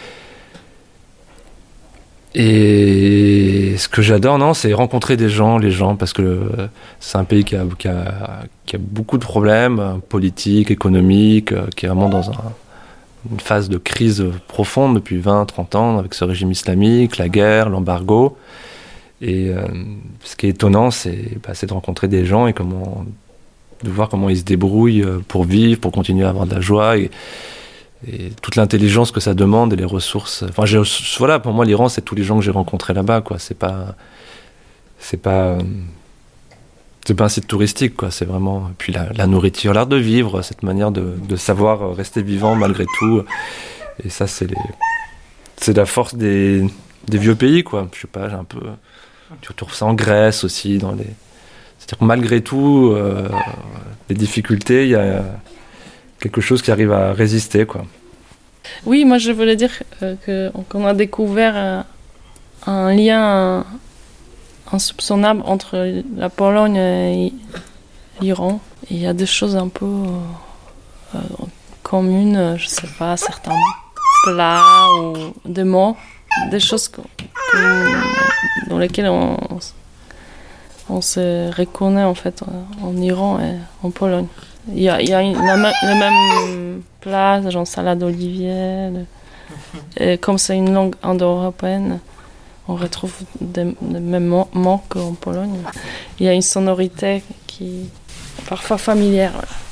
Et ce que j'adore, non, c'est rencontrer des gens, les gens, parce que c'est un pays qui a, qui a, qui a beaucoup de problèmes politiques, économiques, qui est vraiment dans un, une phase de crise profonde depuis vingt, trente ans, avec ce régime islamique, la guerre, l'embargo. Et euh, ce qui est étonnant, c'est, bah, c'est de rencontrer des gens et comment de voir comment ils se débrouillent pour vivre, pour continuer à avoir de la joie et, et toute l'intelligence que ça demande et les ressources. Enfin, j'ai, voilà, pour moi, l'Iran, c'est tous les gens que j'ai rencontrés là-bas, quoi. C'est pas, c'est pas, c'est pas un site touristique, quoi. C'est vraiment, et puis la, la nourriture, l'art de vivre, cette manière de, de savoir rester vivant malgré tout. Et ça, c'est les, c'est la force des, des vieux pays, quoi. Je sais pas, j'ai un peu, tu retrouves ça en Grèce aussi, dans les, c'est-à-dire que malgré tout, euh, les difficultés, il y a quelque chose qui arrive à résister, quoi. Oui, moi je voulais dire euh, que, qu'on a découvert un, un lien insoupçonnable entre la Pologne et l'Iran. Il y a des choses un peu euh, communes, je sais pas, certains plats ou des mots, des choses que, que, dans lesquelles on, on se reconnaît en fait en Iran et en Pologne. Il y a, il y a une, la, le même plat, genre salade d'olivier. Et comme c'est une langue indo-européenne, on retrouve des, des mêmes mots, mots qu'en Pologne. Il y a une sonorité qui est parfois familière.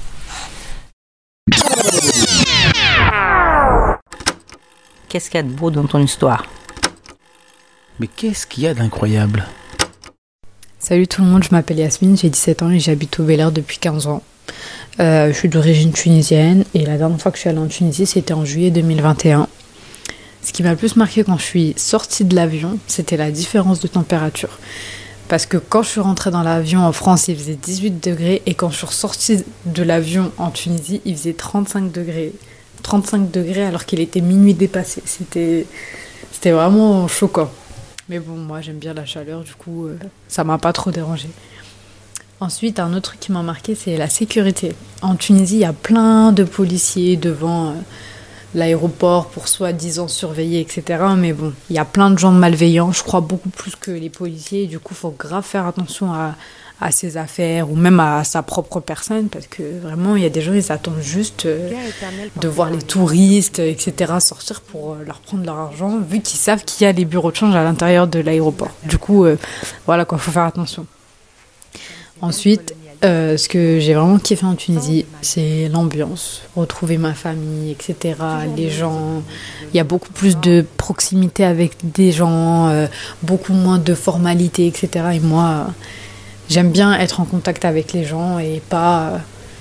Qu'est-ce qu'il y a de beau dans ton histoire? Mais qu'est-ce qu'il y a d'incroyable? Salut tout le monde, je m'appelle Yasmine, j'ai dix-sept ans et j'habite au Bel Air depuis quinze ans. Euh, je suis d'origine tunisienne et la dernière fois que je suis allée en Tunisie, c'était en juillet deux mille vingt et un. Ce qui m'a le plus marqué quand je suis sortie de l'avion, c'était la différence de température. Parce que quand je suis rentrée dans l'avion en France, il faisait dix-huit degrés et quand je suis ressortie de l'avion en Tunisie, il faisait trente-cinq degrés. trente-cinq degrés alors qu'il était minuit dépassé. C'était, c'était vraiment choquant. Mais bon, moi j'aime bien la chaleur, du coup euh, ça m'a pas trop dérangée. Ensuite, un autre truc qui m'a marqué, c'est la sécurité. En Tunisie, il y a plein de policiers devant euh, l'aéroport pour soi-disant surveiller, et cetera. Mais bon, il y a plein de gens malveillants, je crois beaucoup plus que les policiers. Du coup, il faut grave faire attention à, à ses affaires ou même à sa propre personne parce que vraiment, il y a des gens, ils attendent juste euh, de voir les touristes, et cetera sortir pour euh, leur prendre leur argent vu qu'ils savent qu'il y a les bureaux de change à l'intérieur de l'aéroport. Du coup, euh, voilà quoi, il faut faire attention. Ensuite, euh, ce que j'ai vraiment kiffé en Tunisie, c'est l'ambiance, retrouver ma famille, et cetera. Les gens, il y a beaucoup plus de proximité avec des gens, euh, beaucoup moins de formalités, et cetera. Et moi, j'aime bien être en contact avec les gens et pas,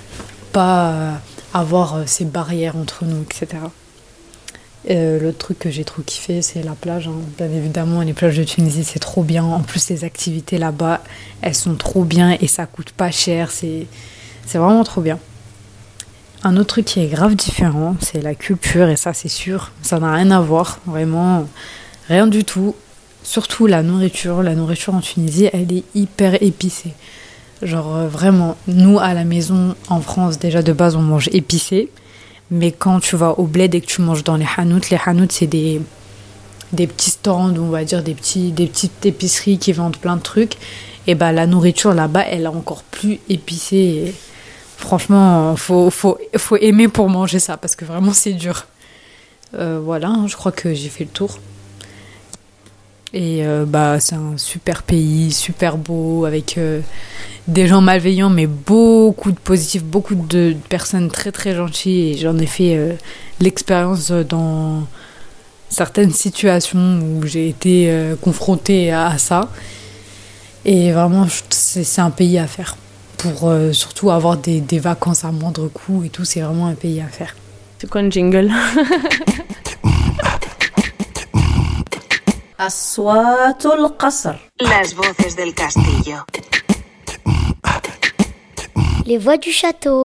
pas avoir ces barrières entre nous, et cetera. Euh, l'autre truc que j'ai trop kiffé, c'est la plage, hein. Bien évidemment, les plages de Tunisie, c'est trop bien. En plus, les activités là-bas, elles sont trop bien et ça coûte pas cher. C'est, c'est vraiment trop bien. Un autre truc qui est grave différent, c'est la culture et ça, c'est sûr. Ça n'a rien à voir, vraiment, rien du tout. Surtout la nourriture. La nourriture en Tunisie, elle est hyper épicée. Genre, euh, vraiment, nous, à la maison, en France, déjà de base, on mange épicé. Mais quand tu vas au bled et que tu manges dans les hanout, les hanout c'est des, des petits stands, on va dire des, petits, des petites épiceries qui vendent plein de trucs. Et bah la nourriture là-bas, elle est encore plus épicée. Et franchement, faut, faut, faut aimer pour manger ça parce que vraiment c'est dur. Euh, voilà, je crois que j'ai fait le tour. Et euh, bah c'est un super pays, super beau, avec euh, des gens malveillants, mais beaucoup de positifs, beaucoup de personnes très très gentilles. Et j'en ai fait euh, l'expérience dans certaines situations où j'ai été euh, confrontée à, à ça. Et vraiment, c'est, c'est un pays à faire. Pour euh, surtout avoir des, des vacances à moindre coût et tout, c'est vraiment un pays à faire. C'est quoi un jingle? أصوات القصر. Las voces del castillo. Les voix du château.